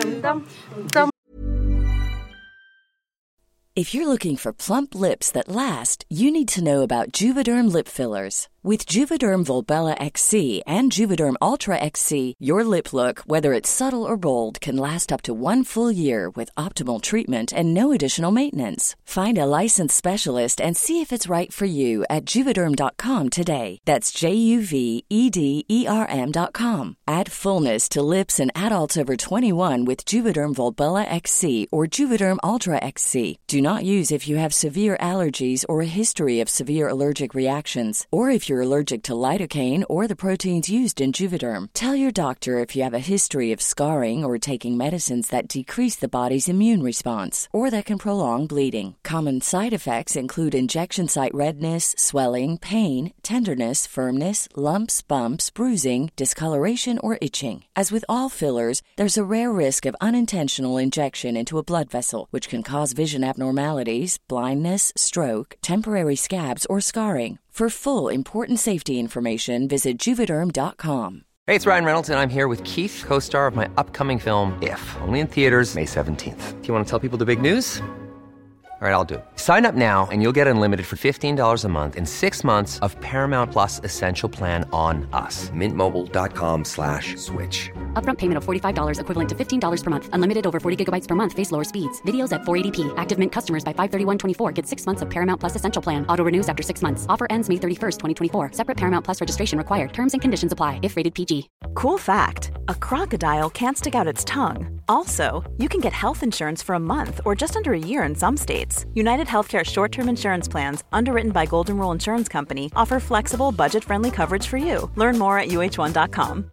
If you're looking for plump lips that last, you need to know about Juvederm lip fillers. With Juvederm Volbella X C and Juvederm Ultra X C, your lip look, whether it's subtle or bold, can last up to one full year with optimal treatment and no additional maintenance. Find a licensed specialist and see if it's right for you at juvederm dot com today. That's J U V E D E R M dot com. Add fullness to lips in adults over twenty-one with Juvederm Volbella X C or Juvederm Ultra X C. Do not use if you have severe allergies or a history of severe allergic reactions, or if you're you're allergic to lidocaine or the proteins used in Juvederm. Tell your doctor if you have a history of scarring or taking medicines that decrease the body's immune response or that can prolong bleeding. Common side effects include injection site redness, swelling, pain, tenderness, firmness, lumps, bumps, bruising, discoloration, or itching. As with all fillers, there's a rare risk of unintentional injection into a blood vessel, which can cause vision abnormalities, blindness, stroke, temporary scabs, or scarring. For full, important safety information, visit Juvederm dot com. Hey, it's Ryan Reynolds, and I'm here with Keith, co-star of my upcoming film, If, only in theaters May seventeenth. Do you want to tell people the big news? All right, I'll do it. Sign up now and you'll get unlimited for fifteen dollars a month and six months of Paramount Plus Essential Plan on us. Mint Mobile dot com slash switch. Upfront payment of forty-five dollars equivalent to fifteen dollars per month. Unlimited over forty gigabytes per month. Face lower speeds. Videos at four eighty p. Active Mint customers by five thirty-one twenty-four get six months of Paramount Plus Essential Plan. Auto renews after six months. Offer ends May thirty-first, twenty twenty-four. Separate Paramount Plus registration required. Terms and conditions apply if rated P G. Cool fact, a crocodile can't stick out its tongue. Also, you can get health insurance for a month or just under a year in some states. United Healthcare short-term insurance plans, underwritten by Golden Rule Insurance Company, offer flexible, budget-friendly coverage for you. Learn more at U H one dot com.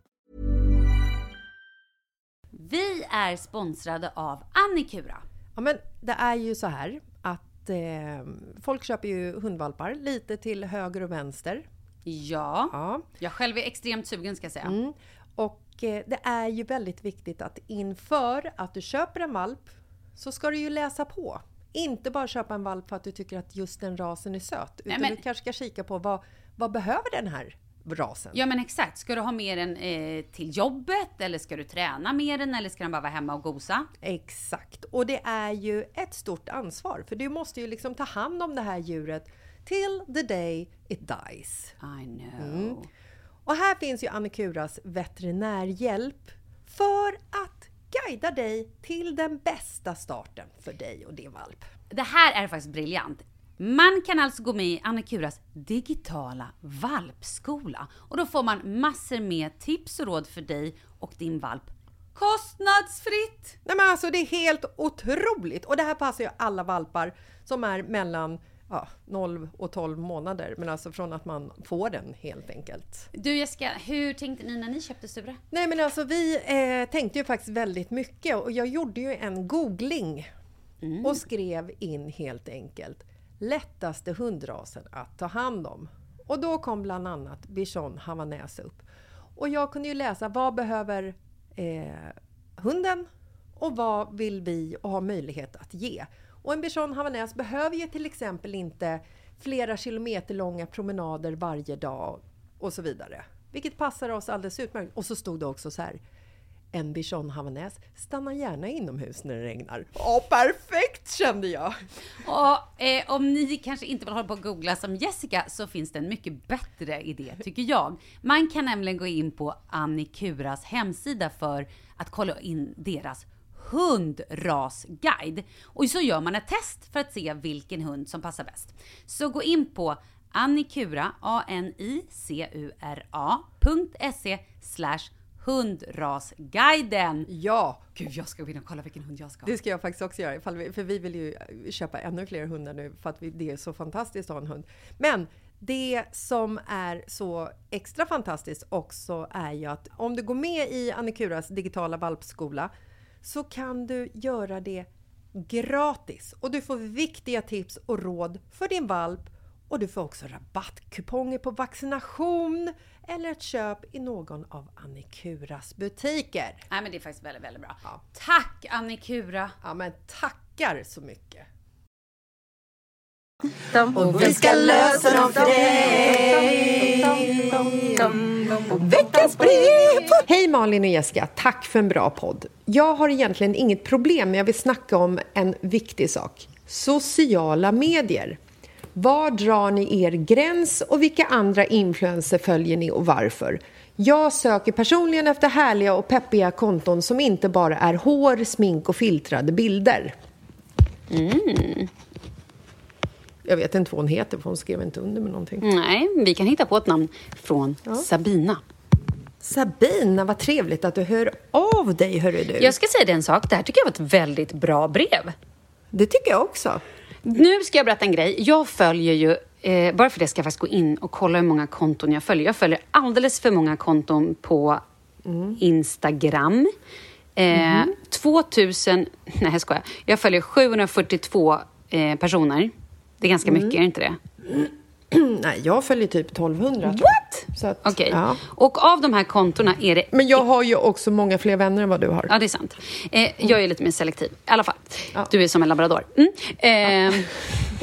Vi är sponsrade av Annikura. Ja, men det är ju så här att eh, folk köper ju hundvalpar lite till höger och vänster. Ja, ja. Jag själv är extremt sugen ska jag säga. Mm. Och eh, det är ju väldigt viktigt att inför att du köper en valp så ska du ju läsa på. Inte bara köpa en valp för att du tycker att just den rasen är söt. Utan Nej, men... du kanske ska kika på vad, vad behöver den här rasen? Ja men exakt. Ska du ha med den eh, till jobbet? Eller ska du träna med den? Eller ska den bara vara hemma och gosa? Exakt. Och det är ju ett stort ansvar. För du måste ju liksom ta hand om det här djuret till the day it dies. I know. Mm. Och här finns ju Annikuras veterinärhjälp för att guida dig till den bästa starten för dig och din valp. Det här är faktiskt briljant. Man kan alltså gå med i Annikuras digitala valpskola. Och då får man massor med tips och råd för dig och din valp. Kostnadsfritt! Nej men alltså det är helt otroligt. Och det här passar ju alla valpar som är mellan ja, noll och tolv månader. Men alltså från att man får den helt enkelt. Du Jessica, hur tänkte ni när ni köpte Sture? Nej men alltså vi eh, tänkte ju faktiskt väldigt mycket. Och jag gjorde ju en googling. Mm. Och skrev in helt enkelt lättaste hundrasen att ta hand om. Och då kom bland annat Bichon Havanäs upp. Och jag kunde ju läsa vad behöver eh, hunden och vad vill vi och ha möjlighet att ge. Och en Bichon Havanäs behöver ju till exempel inte flera kilometer långa promenader varje dag och så vidare. Vilket passar oss alldeles utmärkt. Och så stod det också så här. En Bichon Havanäs stannar gärna inomhus när det regnar. Åh, perfekt kände jag! Och eh, om ni kanske inte vill hålla på att googla som Jessica så finns det en mycket bättre idé tycker jag. Man kan nämligen gå in på Annikuras hemsida för att kolla in deras hundrasguide. Och så gör man ett test för att se vilken hund som passar bäst. Så gå in på Annikura, A-N-I-C-U-R-A punkt se slash hundrasguiden. Ja. Gud, jag ska gå in och kolla vilken hund jag ska ha. Det ska jag faktiskt också göra. Vi, för vi vill ju köpa ännu fler hundar nu. För att vi, det är så fantastiskt att ha en hund. Men det som är så extra fantastiskt också är ju att om du går med i Annikuras digitala valpskola så kan du göra det gratis. Och du får viktiga tips och råd för din valp. Och du får också rabattkuponger på vaccination eller ett köp i någon av Annikuras butiker. Nej, men det är faktiskt väldigt, väldigt bra. Ja. Tack Annikura. Ja, men tackar så mycket. Och vi ska lösa dem för dig. Veckans brev. Hej Malin och Jessica, tack för en bra podd. Jag har egentligen inget problem, men jag vill snacka om en viktig sak. Sociala medier. Var drar ni er gräns och vilka andra influenser följer ni och varför? Jag söker personligen efter härliga och peppiga konton som inte bara är hår, smink och filtrade bilder. Mm. Jag vet inte vad hon heter, för hon skrev inte under med någonting. Nej, vi kan hitta på ett namn från ja. Sabina. Sabina, vad trevligt att du hör av dig, hörru du. Jag ska säga dig en sak, det här tycker jag var ett väldigt bra brev. Det tycker jag också. Nu ska jag berätta en grej. Jag följer ju eh, bara för det ska jag faktiskt gå in och kolla hur många konton jag följer. Jag följer alldeles för många konton på mm. Instagram. Eh, mm. tvåtusen, nej jag skojar. Jag följer sjuhundrafyrtiotvå eh, personer. Det är ganska mm. mycket, är det inte det? Nej, jag följer typ tolvhundra. What? Okej. Okay. Ja. Och av de här kontorna är det... Men jag har ju också många fler vänner än vad du har. Ja, det är sant. Eh, jag är lite mer selektiv. I alla fall. Ja. Du är som en labrador. Mm. Eh, ja.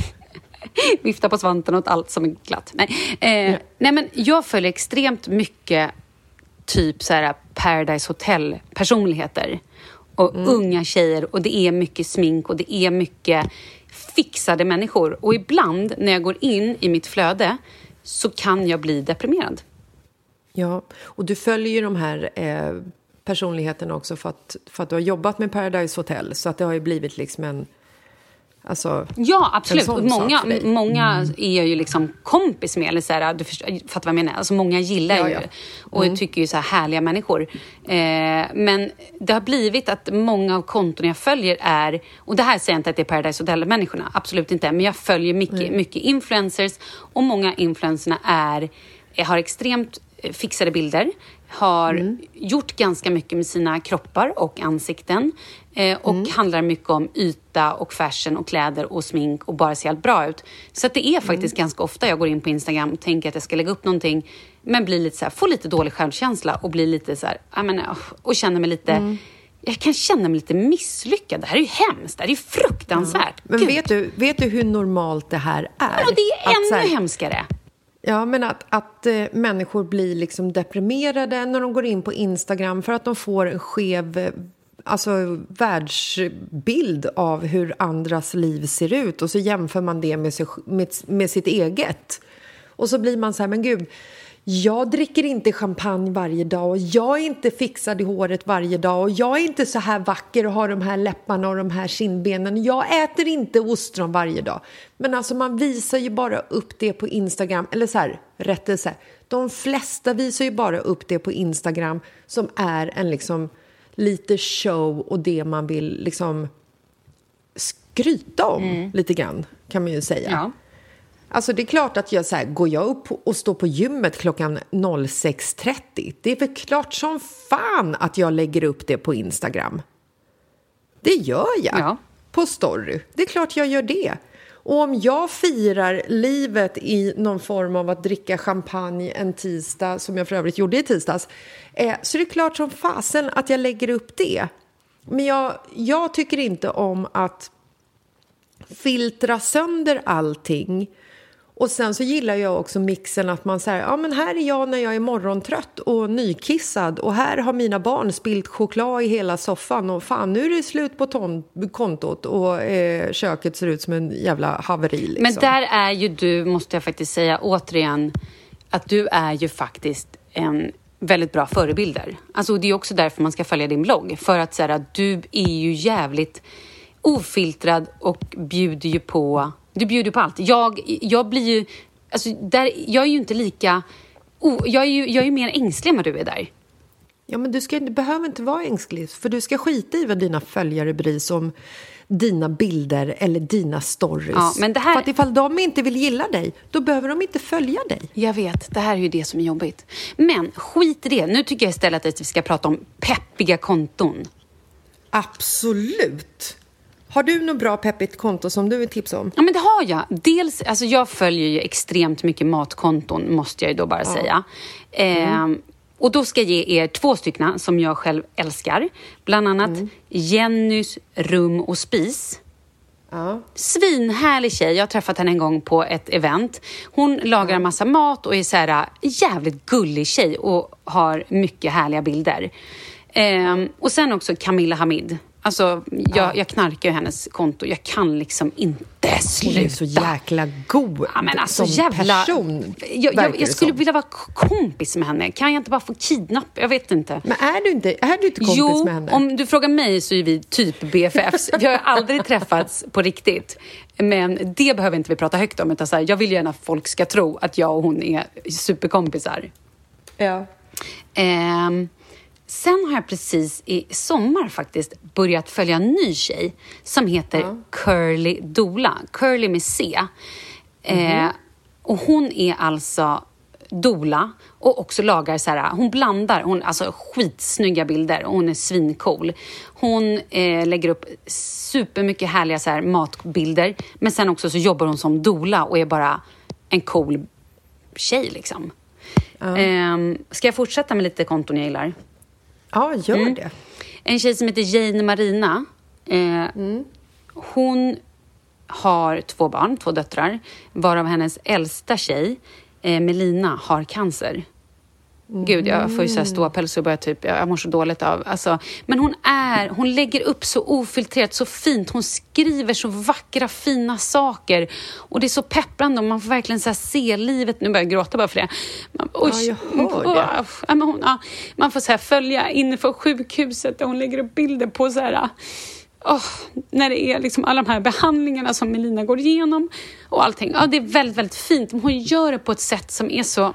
Vifta på svanten åt allt som är glatt. Nej, eh, ja. nej men jag följer extremt mycket typ så här Paradise Hotel-personligheter. Och mm. unga tjejer. Och det är mycket smink och det är mycket... fixade människor. Och ibland när jag går in i mitt flöde så kan jag bli deprimerad. Ja, och du följer ju de här eh, personligheterna också för att, för att du har jobbat med Paradise Hotel. Så att det har ju blivit liksom en... Alltså, ja, absolut. Många, många mm. är jag ju liksom kompis med. Eller så här, du förstår, fattar vad jag menar? Alltså, många gillar ja, ju ja. och mm. tycker ju så här härliga människor. Eh, men det har blivit att många av konton jag följer är... Och det här säger jag inte att det är Paradise Hotel-människorna. Absolut inte. Men jag följer mycket, mm. mycket influencers. Och många influencerna är, har extremt fixade bilder. Har mm. gjort ganska mycket med sina kroppar och ansikten. Eh, och mm. handlar mycket om yta och fashion och kläder och smink och bara ser helt bra ut. Så att det är faktiskt mm. ganska ofta jag går in på Instagram och tänker att jag ska lägga upp någonting. Men blir lite så här, får lite dålig självkänsla och blir lite så här, jag menar, och känner mig lite... Mm. Jag kan känna mig lite misslyckad. Det här är ju hemskt. Det här är ju fruktansvärt. Mm. Men vet du, vet du hur normalt det här är? Ja, det är ännu här... hemskare. Ja, men att, att äh, människor blir liksom deprimerade när de går in på Instagram för att de får en skev alltså, världsbild av hur andras liv ser ut. Och så jämför man det med, sig, med, med sitt eget. Och så blir man så här, men gud, jag dricker inte champagne varje dag och jag är inte fixad i håret varje dag och jag är inte så här vacker och har de här läpparna och de här kindbenen. Jag äter inte ostron varje dag. Men alltså man visar ju bara upp det på Instagram, eller så här, rättelse. De flesta visar ju bara upp det på Instagram som är en liksom lite show och det man vill liksom skryta om mm. lite grann, kan man ju säga. Ja. Alltså det är klart att jag så här, går jag upp och står på gymmet klockan sex trettio. Det är väl klart som fan att jag lägger upp det på Instagram. Det gör jag. Ja. På story. Det är klart jag gör det. Och om jag firar livet i någon form av att dricka champagne en tisdag, som jag för övrigt gjorde i tisdags, eh, så är det klart som fasen att jag lägger upp det. Men jag, jag tycker inte om att filtra sönder allting. Och sen så gillar jag också mixen att man säger, ja men här är jag när jag är morgontrött och nykissad och här har mina barn spilt choklad i hela soffan och fan nu är det slut på ton- kontot och eh, köket ser ut som en jävla haveri liksom. Men där är ju du, måste jag faktiskt säga återigen, att du är ju faktiskt en väldigt bra förebilder. Alltså det är också därför man ska följa din blogg, för att säga att du är ju jävligt ofiltrad och bjuder ju på... Du bjuder på allt. Jag, jag blir ju... Alltså, där, jag är ju inte lika... Oh, jag, är ju, jag är ju mer ängslig än vad du är där. Ja, men du, ska, du behöver inte vara ängslig. För du ska skita i vad dina följare bryr sig om dina bilder eller dina stories. Ja, men det här... För att ifall de inte vill gilla dig, då behöver de inte följa dig. Jag vet, det här är ju det som är jobbigt. Men skit i det. Nu tycker jag istället att vi ska prata om peppiga konton. Absolut. Har du något bra peppigt konto som du vill tipsa om? Ja, men det har jag. Dels, alltså jag följer ju extremt mycket matkonton, måste jag ju då bara ja. säga. Mm. Eh, och då ska jag ge er två stycken som jag själv älskar. Bland annat mm. Jennys rum och spis. Ja. Svinhärlig tjej. Jag har träffat henne en gång på ett event. Hon lagar en massa mat och är så här jävligt gullig tjej och har mycket härliga bilder. Eh, och sen också Camilla Hamid. Alltså, jag, ja. jag knarkar ju hennes konto. Jag kan liksom inte sluta. Hon är så jäkla god ja, men alltså, som jävla, person. Jag, jag, jag skulle vilja vara kompis med henne. Kan jag inte bara få kidnapp? Jag vet inte. Men är du inte, är du inte kompis jo, med henne? Om du frågar mig så är vi typ B F Fs. Vi har aldrig träffats på riktigt. Men det behöver inte vi prata högt om. Utan så här, jag vill gärna att folk ska tro att jag och hon är superkompisar. Ja. Ehm... Sen har jag precis i sommar faktiskt börjat följa en ny tjej som heter ja. Curly Dola. Curly med C. Mm-hmm. Eh, Och hon är alltså doula och också lagar så här, hon blandar, hon alltså skitsnygga bilder och hon är svincool. Hon eh, lägger upp supermycket härliga så här matbilder, men sen också så jobbar hon som doula och är bara en cool tjej liksom. Ja. Eh, ska jag fortsätta med lite konton jag gillar? Ja, gör mm. det. En tjej som heter Jane Marina. Eh, mm. Hon har två barn, två döttrar, varav hennes äldsta tjej Eh, Melina har cancer. Mm. Gud, jag får ju så här ståpäls och börjar typ, jag mår så dåligt av. Alltså, men hon är, hon lägger upp så ofiltrerat, så fint. Hon skriver så vackra, fina saker. Och det är så pepprande och man får verkligen så här se livet. Nu börjar jag gråta bara för det. Man, oj, ja, jag hör det. Ja, men hon, ja, man får så här följa inifrån sjukhuset där hon lägger upp bilder på så här... Oh, när det är liksom alla de här behandlingarna som Melina går igenom och allting. Ja, det är väldigt, väldigt fint. Hon gör det på ett sätt som är så...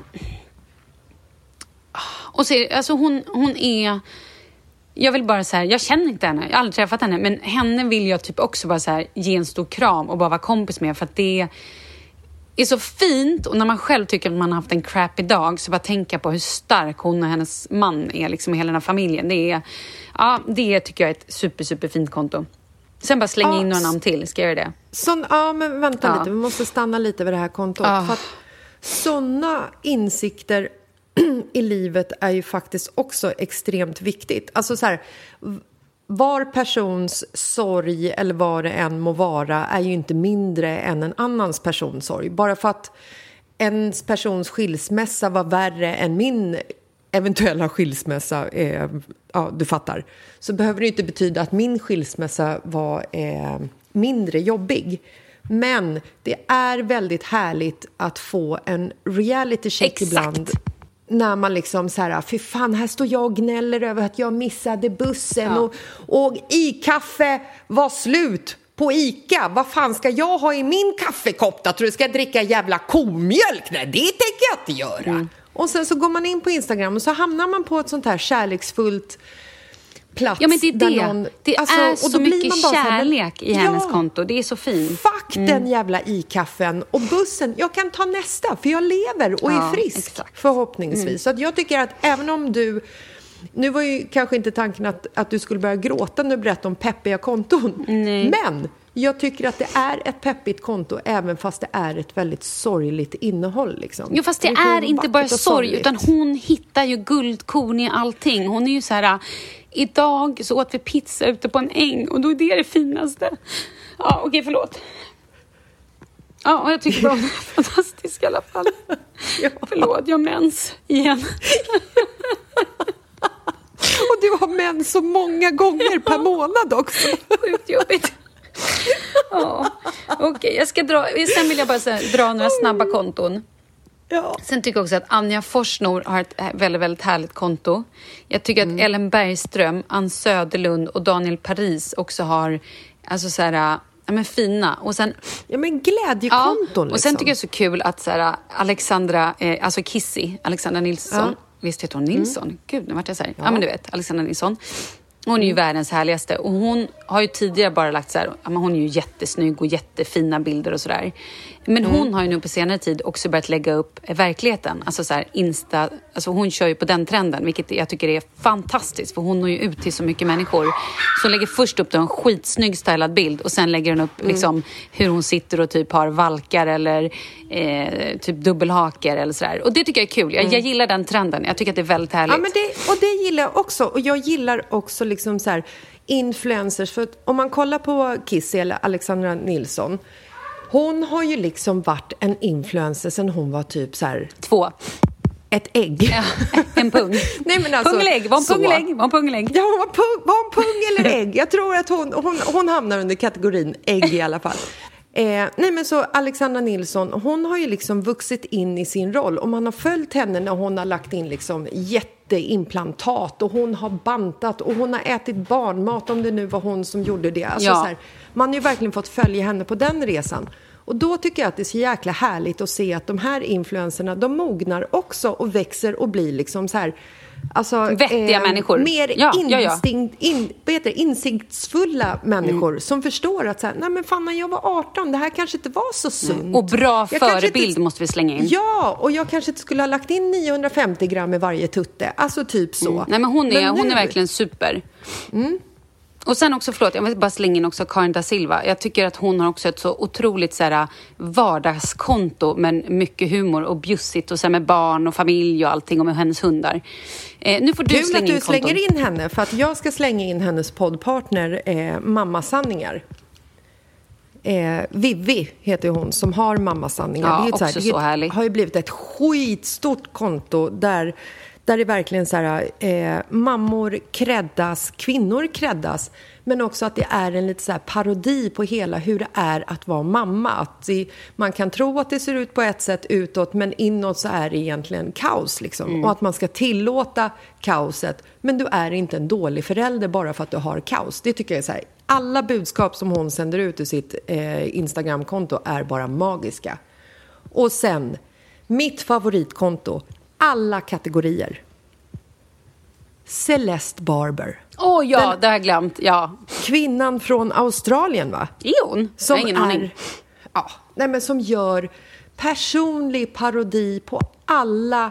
Och så, alltså hon, hon är... Jag vill bara så här, jag känner inte henne, jag har aldrig träffat henne, men henne vill jag typ också bara så här ge en stor kram och bara vara kompis med, för att det är så fint. Och när man själv tycker att man har haft en crappy dag, så bara tänka på hur stark hon och hennes man är liksom i hela den här familjen. Det är, ja, det tycker jag är ett super, super fint konto. Sen bara slänga ja, in några namn till, ska jag göra det? Sån, ja, men vänta ja. lite, vi måste stanna lite vid det här kontot. Ja. För att såna insikter i livet är ju faktiskt också extremt viktigt. Alltså så här, var persons sorg eller vad det än må vara är ju inte mindre än en annans persons sorg. Bara för att ens persons skilsmässa var värre än min eventuella skilsmässa, eh, ja, du fattar, så behöver det inte betyda att min skilsmässa var eh, mindre jobbig. Men det är väldigt härligt att få en reality check Exakt. ibland. När man liksom så här, fy fan, här står jag och gnäller över att jag missade bussen ja. och, och i-kaffe var slut på Ica. Vad fan ska jag ha i min kaffekopp då? Tror du ska jag dricka jävla komjölk? Nej, det tänker jag inte göra. Mm. Och sen så går man in på Instagram och så hamnar man på ett sånt här kärleksfullt plats. Ja, men det är det. Någon, det alltså, är så mycket kärlek i hennes ja, konto. Det är så fint. Fuck mm. den jävla i-kaffen och bussen. Jag kan ta nästa, för jag lever och ja, är frisk. Exakt. Förhoppningsvis. Mm. Så att jag tycker att även om du... Nu var ju kanske inte tanken att, att du skulle börja gråta när du berättade om peppiga konton. Nej. Men jag tycker att det är ett peppigt konto även fast det är ett väldigt sorgligt innehåll. Liksom. Jo, fast det, det är inte bara sorg, utan hon hittar ju guldkorn i allting. Hon är ju så här, idag så åt vi pizza ute på en äng och då är det det finaste. Ja, okej, förlåt. Ja, och jag tycker bara hon är fantastisk i alla fall. Ja. Förlåt, jag har mens igen. Och du har mens så många gånger per månad också. Sjukt jobbigt. Ja, okej, okay, jag ska dra. Sen vill jag bara säga, dra några snabba konton. Ja. Sen tycker jag också att Anja Forsnor har ett väldigt, väldigt härligt konto. Jag tycker mm. att Ellen Bergström, Ann Söderlund och Daniel Paris också har, alltså så här, ja, men fina. Och sen, ja, men glädjekonton. Ja, och sen liksom. Tycker jag det är så kul att så här, Alexandra, eh, alltså Kissy, Alexandra Nilsson. Ja. Visst heter hon Nilsson? Mm. Gud, nu vart jag så här. Ja. ja, men du vet, Alexandra Nilsson. Hon är ju mm. världens härligaste. Och hon har ju tidigare bara lagt så här, ja, men hon är ju jättesnygg och jättefina bilder och sådär. Men mm. hon har ju nu på senare tid också börjat lägga upp verkligheten. Alltså så här Insta, alltså hon kör ju på den trenden, vilket jag tycker är fantastiskt. För hon når ju ut till så mycket människor. Så hon lägger först upp då en skitsnygg stylad bild. Och sen lägger hon upp mm. liksom hur hon sitter och typ har valkar eller eh, typ dubbelhaker eller sådär. Och det tycker jag är kul. Jag, mm. jag gillar den trenden. Jag tycker att det är väldigt härligt. Ja, men det, och det gillar jag också. Och jag gillar också liksom så här influencers. För att om man kollar på Kissy eller Alexandra Nilsson, hon har ju liksom varit en influencer sen hon var typ så här... Två. Ett ägg. Ja, en pung. Nej, men alltså, pungelägg, var en pungelägg, var en pungelägg. Ja, hon var, pung, var en pung eller ägg. Jag tror att hon, hon, hon hamnar under kategorin ägg i alla fall. Eh, nej, men så Alexandra Nilsson, hon har ju liksom vuxit in i sin roll. Och man har följt henne när hon har lagt in liksom jätteimplantat. Och hon har bantat och hon har ätit barnmat, om det nu var hon som gjorde det. Alltså, ja. så här, man har ju verkligen fått följa henne på den resan. Och då tycker jag att det är så jäkla härligt att se att de här influencerna, de mognar också och växer och blir liksom så här Alltså, vettiga eh, människor. Mer ja, ja, ja. instinkt, in, vad heter det, insiktsfulla människor mm. som förstår att så här, nej men fan, när jag var arton, det här kanske inte var så sunt. Mm. Och bra jag förebild inte, måste vi slänga in. Ja, och jag kanske inte skulle ha lagt in niohundrafemtio gram i varje tutte. Alltså typ så. Mm. Nej, men hon är, men hon nu... är verkligen super. Mm. Och sen också, förlåt, jag vill bara slänga in också Karin da Silva. Jag tycker att hon har också ett så otroligt så här, vardagskonto, men mycket humor och bjussigt och så här, med barn och familj och allting och med hennes hundar. Eh, nu får du Kul slänga att in du konton. slänger in henne, för att jag ska slänga in hennes poddpartner eh, Mammasanningar. Eh, Vivi heter hon som har Mammasanningar. Ja, det är också så, här, det så härligt. har ju blivit ett skitstort konto där Där det verkligen så här, eh, mammor kräddas, kvinnor kräddas. Men också att det är en lite så här parodi på hela hur det är att vara mamma. Att det, man kan tro att det ser ut på ett sätt utåt, men inåt så är det egentligen kaos. Liksom. Mm. Och att man ska tillåta kaoset. Men du är inte en dålig förälder bara för att du har kaos. Det tycker jag är så här. Alla budskap som hon sänder ut i sitt eh, Instagramkonto är bara magiska. Och sen, mitt favoritkonto. Alla kategorier. Celeste Barber. Åh oh, ja, Den, det har jag glömt. Ja. Kvinnan från Australien, va? Är hon? Som jag har ingen är, aning. Ja, nej, men som gör personlig parodi på alla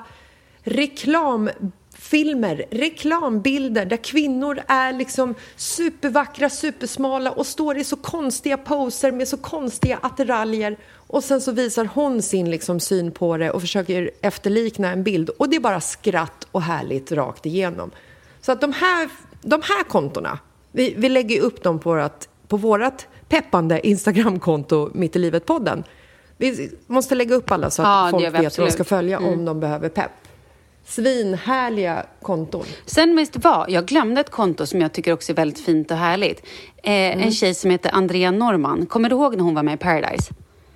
reklamfilmer, reklambilder där kvinnor är liksom supervackra, supersmala och står i så konstiga poser med så konstiga attiraljer. Och sen så visar hon sin liksom syn på det och försöker efterlikna en bild. Och det är bara skratt och härligt rakt igenom. Så att de här, de här kontona, vi, vi lägger upp dem på vårat, på vårat peppande Instagramkonto Mitt i livet-podden. Vi måste lägga upp alla så att ja, folk vet vad de ska följa mm. om de behöver pepp. Svinhärliga konton. Sen visst vad, jag glömde ett konto som jag tycker också är väldigt fint och härligt. Eh, mm. En tjej som heter Andrea Norman. Kommer du ihåg när hon var med i Paradise?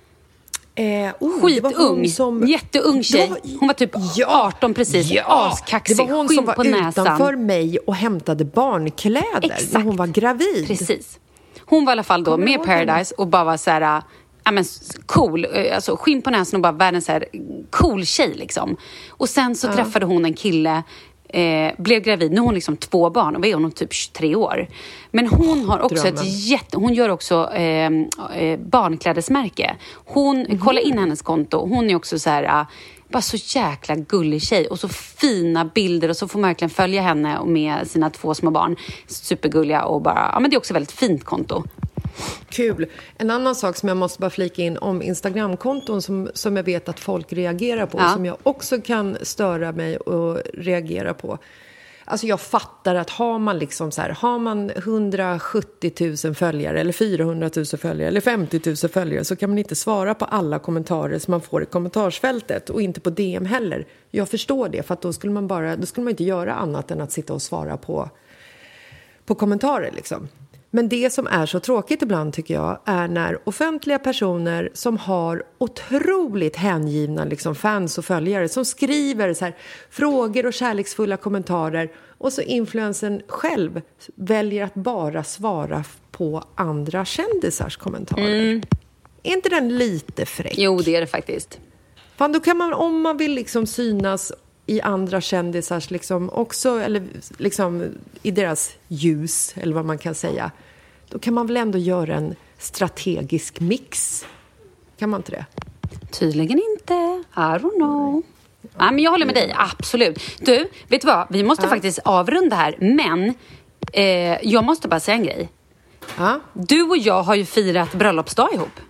Eh, oh, Skitung, som... jätteung tjej. Hon var typ ja, arton precis, ja, askaxig, det var hon skinn som var på näsan. Utanför mig och hämtade barnkläder. Exakt. När hon var gravid. Precis. Hon var i alla fall då Kommer med i Paradise och bara var så här, ja men cool, alltså skinn på näsan och bara världens så här cool tjej liksom. Och sen så ja. träffade hon en kille, Eh, blev gravid. Nu är hon liksom två barn och är hon typ tjugotre år. Men hon har också Drömmen. ett jätte... Hon gör också eh, eh, barnklädesmärke. Hon, mm. kolla in hennes konto. Hon är också så här... Uh, bara så jäkla gullig tjej. Och så fina bilder. Och så får man verkligen följa henne med sina två små barn. Supergulliga och bara... Ja, men det är också ett väldigt fint konto. Kul. En annan sak som jag måste bara flika in om Instagramkonton som, som jag vet att folk reagerar på. Ja. Som jag också kan störa mig och reagera på. Alltså jag fattar att har man liksom så här, har man hundrasjuttio tusen följare eller fyrahundra tusen följare eller femtio tusen följare så kan man inte svara på alla kommentarer som man får i kommentarsfältet och inte på D M heller. Jag förstår det, för att då skulle man bara, då skulle man inte göra annat än att sitta och svara på, på kommentarer liksom. Men det som är så tråkigt ibland tycker jag är när offentliga personer som har otroligt hängivna liksom fans och följare som skriver så här, frågor och kärleksfulla kommentarer och så influensen själv väljer att bara svara på andra kändisars kommentarer. Mm. Är inte den lite fräck? Jo, det är det faktiskt. Fan, då kan man, om man vill liksom synas i andra kändisars liksom också, eller liksom i deras ljus, eller vad man kan säga, då kan man väl ändå göra en strategisk mix. Kan man inte det? Tydligen inte. I don't know. Nej, men jag håller med dig, absolut. Du, vet du vad? Vi måste ja. faktiskt avrunda här, men eh, jag måste bara säga en grej. Ja. Du och jag har ju firat bröllopsdag ihop.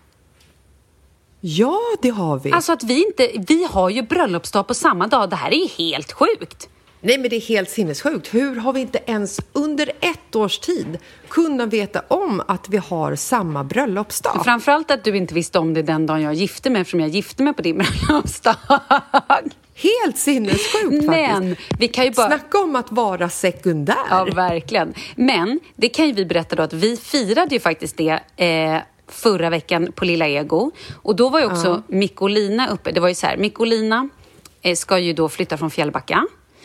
Ja, det har vi. Alltså att vi inte, vi har ju bröllopsdag på samma dag. Det här är ju helt sjukt. Nej, men det är helt sinnessjukt. Hur har vi inte ens under ett års tid kunnat veta om att vi har samma bröllopsdag? Men framförallt att du inte visste om det den dagen jag gifte mig, eftersom jag gifte mig på din bröllopsdag. Helt sinnessjukt Men faktiskt. Vi kan ju bara... Snacka om att vara sekundär. Ja, verkligen. Men det kan ju vi berätta då att vi firade ju faktiskt det... Eh, förra veckan på Lilla Ego. Och då var ju också uh. Mick och Lina uppe. Det var ju så här, Mick och Lina eh, ska ju då flytta från Fjällbacka.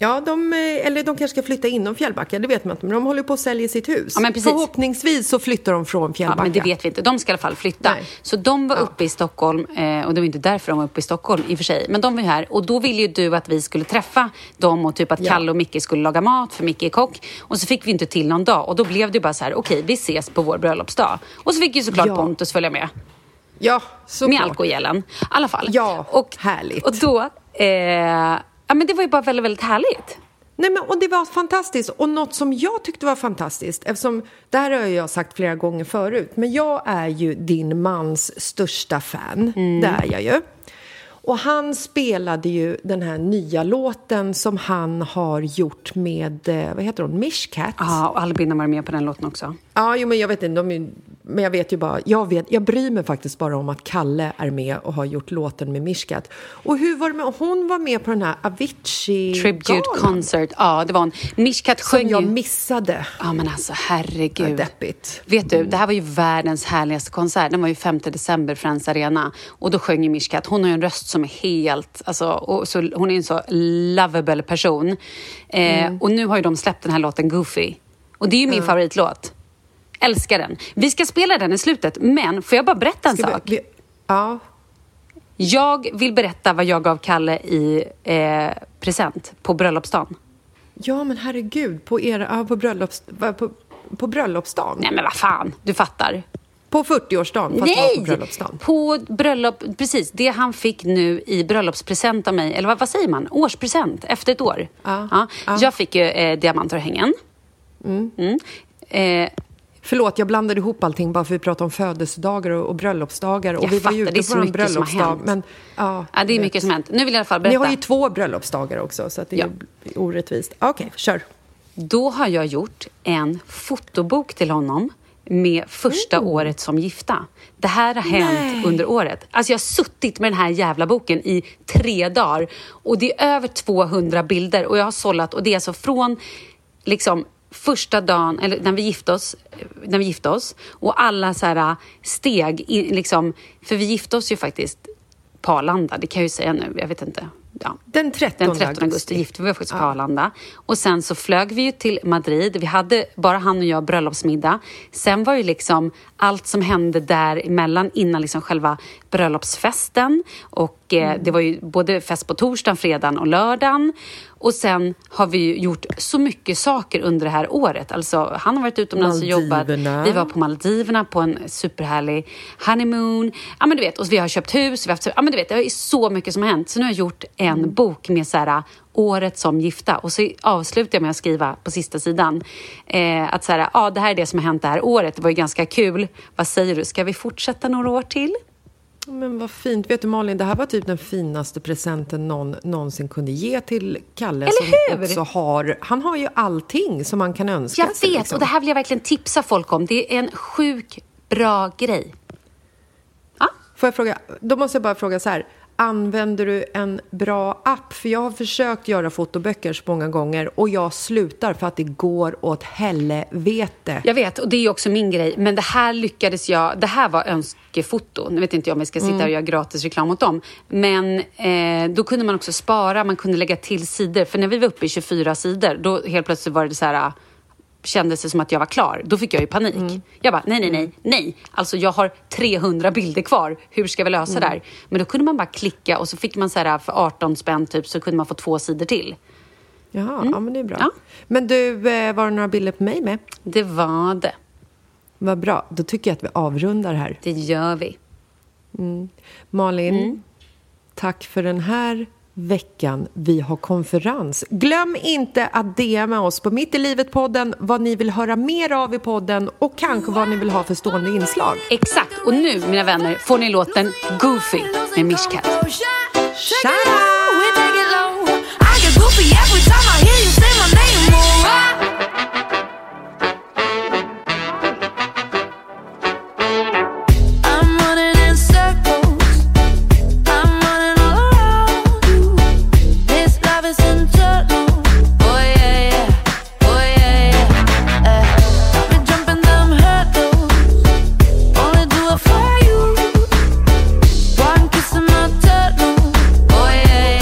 Ja, de, eller de kanske ska flytta inom Fjällbacka, det vet man inte. Men de håller på att sälja sitt hus. Ja, men precis. Förhoppningsvis så flyttar de från Fjällbacka. Ja, men det vet vi inte. De ska i alla fall flytta. Nej. Så de var ja. uppe i Stockholm, eh, och det var inte därför de var uppe i Stockholm i och för sig. Men de var ju här, och då ville ju du att vi skulle träffa dem och typ att ja. Kalle och Micke skulle laga mat, för Micke är kock. Och så fick vi inte till någon dag. Och då blev det bara så här, okej, okay, vi ses på vår bröllopsdag. Och så fick ju såklart ja. Pontus följa med. Ja, såklart. Med alkoholen. I alla fall. Ja, och, härligt. Och då, eh, ja men det var ju bara väldigt, väldigt härligt. Nej, men, och det var fantastiskt. Och något som jag tyckte var fantastiskt, eftersom det här har jag sagt flera gånger förut, men jag är ju din mans största fan. Mm. Det är jag ju. Och han spelade ju den här nya låten som han har gjort med, vad heter hon, Mishkat. Ja, och Albin har varit med på den låten också. Ja, jo, men jag vet inte, de är, men jag vet ju bara, jag, vet, jag bryr mig faktiskt bara om att Kalle är med och har gjort låten med Mishkat. Och hur var det med, hon var med på den här Avicii Tribute Concert, ja det var hon. Mishkat sjöng som jag ju... missade. Ja men alltså herregud. Ja, deppigt. Vet du, det här var ju världens härligaste konsert. Den var ju femte december, Friends Arena. Och då sjöng ju Mishkat, hon har ju en röst som är helt, alltså, och så, hon är en så lovable person. Eh, mm. Och nu har ju de släppt den här låten Goofy. Och det är ju min mm. favoritlåt. Älskar den. Vi ska spela den i slutet, men får jag bara berätta en ska sak? Vi, vi, ja. Jag vill berätta vad jag gav Kalle i eh, present på bröllopsdagen. Ja, men herregud, på era, ja, på bröllops, på, på bröllopsdagen. Nej, men vad fan, du fattar. På fyrtioårsdagen, fast Nej, det var på bröllopsdagen. På bröllop, precis. Det han fick nu i bröllopspresent av mig, eller vad, vad säger man? Årspresent, efter ett år. Ja, ja. Ja. Jag fick ju eh, diamantörhängen. Mm. Mm. Eh, Förlåt, jag blandade ihop allting bara för att vi pratade om födelsedagar och, och bröllopsdagar. Och jag vi var fattar, ju ute det är så på en mycket som har bröllopsdag. hänt. Men, ja, ja, det är mycket som har hänt. Nu vill jag i alla fall berätta. Ni har ju två bröllopsdagar också, så att det ja. är orättvist. Okej, okay, kör. Då har jag gjort en fotobok till honom med första mm. året som gifta. Det här har hänt Nej. under året. Alltså jag har suttit med den här jävla boken i tre dagar. Och det är över tvåhundra bilder. Och jag har sållat. Och det är alltså från liksom första dagen, eller när vi gifte oss, när vi gifte oss. Och alla så här steg, liksom, för vi gifte oss ju faktiskt på Arlanda. Det kan jag ju säga nu, jag vet inte. Ja. Den trettonde augusti gifte vi var faktiskt på Arlanda. Och sen så flög vi ju till Madrid. Vi hade bara han och jag bröllopsmiddag. Sen var ju liksom allt som hände däremellan innan liksom själva bröllopsfesten. Och eh, mm. det var ju både fest på torsdagen, fredagen och lördagen. Och sen har vi ju gjort så mycket saker under det här året. Alltså han har varit utomlands och jobbat. Vi var på Maldiverna på en superhärlig honeymoon. Ja men du vet, och vi har köpt hus. Vi har haft, ja men du vet, det är så mycket som har hänt. Så nu har jag gjort en mm. bok med så här året som gifta. Och så avslutar jag med att skriva på sista sidan. Eh, att så här, ja det här är det som har hänt det här året. Det var ju ganska kul. Vad säger du? Ska vi fortsätta några år till? Men vad fint. Vet du Malin, det här var typ den finaste presenten någon någonsin kunde ge till Kalle. Eller hur? Som också har, han har ju allting som man kan önska jag sig. Jag vet, liksom. Och det här vill jag verkligen tipsa folk om. Det är en sjuk bra grej. Ja? Får jag fråga, då måste jag bara fråga så här. Använder du en bra app? För jag har försökt göra fotoböcker så många gånger och jag slutar för att det går åt helvete. Jag vet, och det är ju också min grej. Men det här lyckades jag... Det här var önskefoto. Nu vet inte jag om jag ska sitta mm. och göra gratis reklam åt dem. Men eh, då kunde man också spara. Man kunde lägga till sidor. För när vi var uppe i tjugofyra sidor, då helt plötsligt var det så här... kändes det som att jag var klar. Då fick jag ju panik. Mm. Jag bara, nej, nej, nej, nej. Alltså jag har trehundra bilder kvar. Hur ska vi lösa mm. det här? Men då kunde man bara klicka och så fick man så här för arton spänn typ, så kunde man få två sidor till. Jaha, mm. ja men det är bra. Ja. Men du, var det några bilder på mig med? Det var det. Vad bra, då tycker jag att vi avrundar här. Det gör vi. Mm. Malin, mm. tack för den här veckan. Vi har konferens. Glöm inte att D M oss på Mitt i livet-podden vad ni vill höra mer av i podden och kanske vad ni vill ha för stående inslag. Exakt. Och nu, mina vänner, får ni låten Goofy med Mishkat. Tja! For you, one kiss of my turtle. Oh yeah, yeah.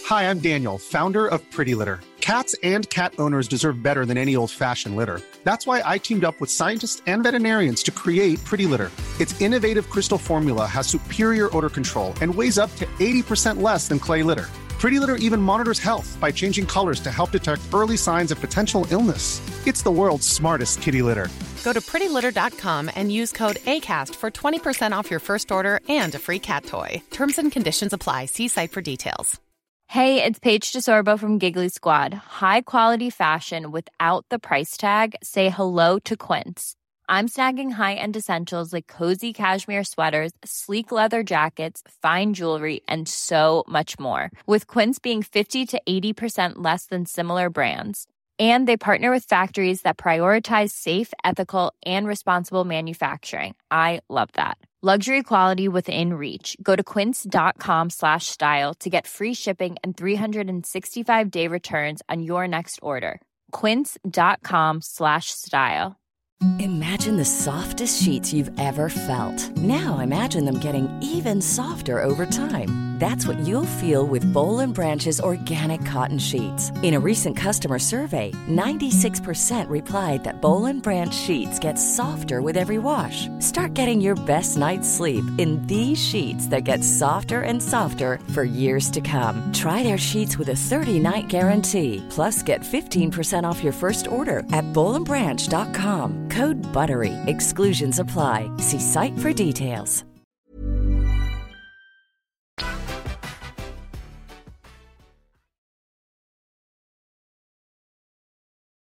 Hi, I'm Daniel, founder of Pretty Litter. Cats and cat owners deserve better than any old-fashioned litter. That's why I teamed up with scientists and veterinarians to create Pretty Litter. Its innovative crystal formula has superior odor control and weighs up to eighty percent less than clay litter. Pretty Litter even monitors health by changing colors to help detect early signs of potential illness. It's the world's smartest kitty litter. Go to pretty litter dot com and use code ACAST for twenty percent off your first order and a free cat toy. Terms and conditions apply. See site for details. Hey, it's Paige DeSorbo from Giggly Squad. High quality fashion without the price tag. Say hello to Quince. I'm snagging high-end essentials like cozy cashmere sweaters, sleek leather jackets, fine jewelry, and so much more. With Quince being fifty to eighty percent less than similar brands. And they partner with factories that prioritize safe, ethical, and responsible manufacturing. I love that. Luxury quality within reach. Go to quince.com slash style to get free shipping and three sixty-five day returns on your next order. Quince.com slash style. Imagine the softest sheets you've ever felt. Now imagine them getting even softer over time. That's what you'll feel with Boll and Branch's organic cotton sheets. In a recent customer survey, ninety-six percent replied that Boll and Branch sheets get softer with every wash. Start getting your best night's sleep in these sheets that get softer and softer for years to come. Try their sheets with a thirty-night guarantee. Plus, get fifteen percent off your first order at boll and branch dot com. Code BUTTERY. Exclusions apply. See site for details.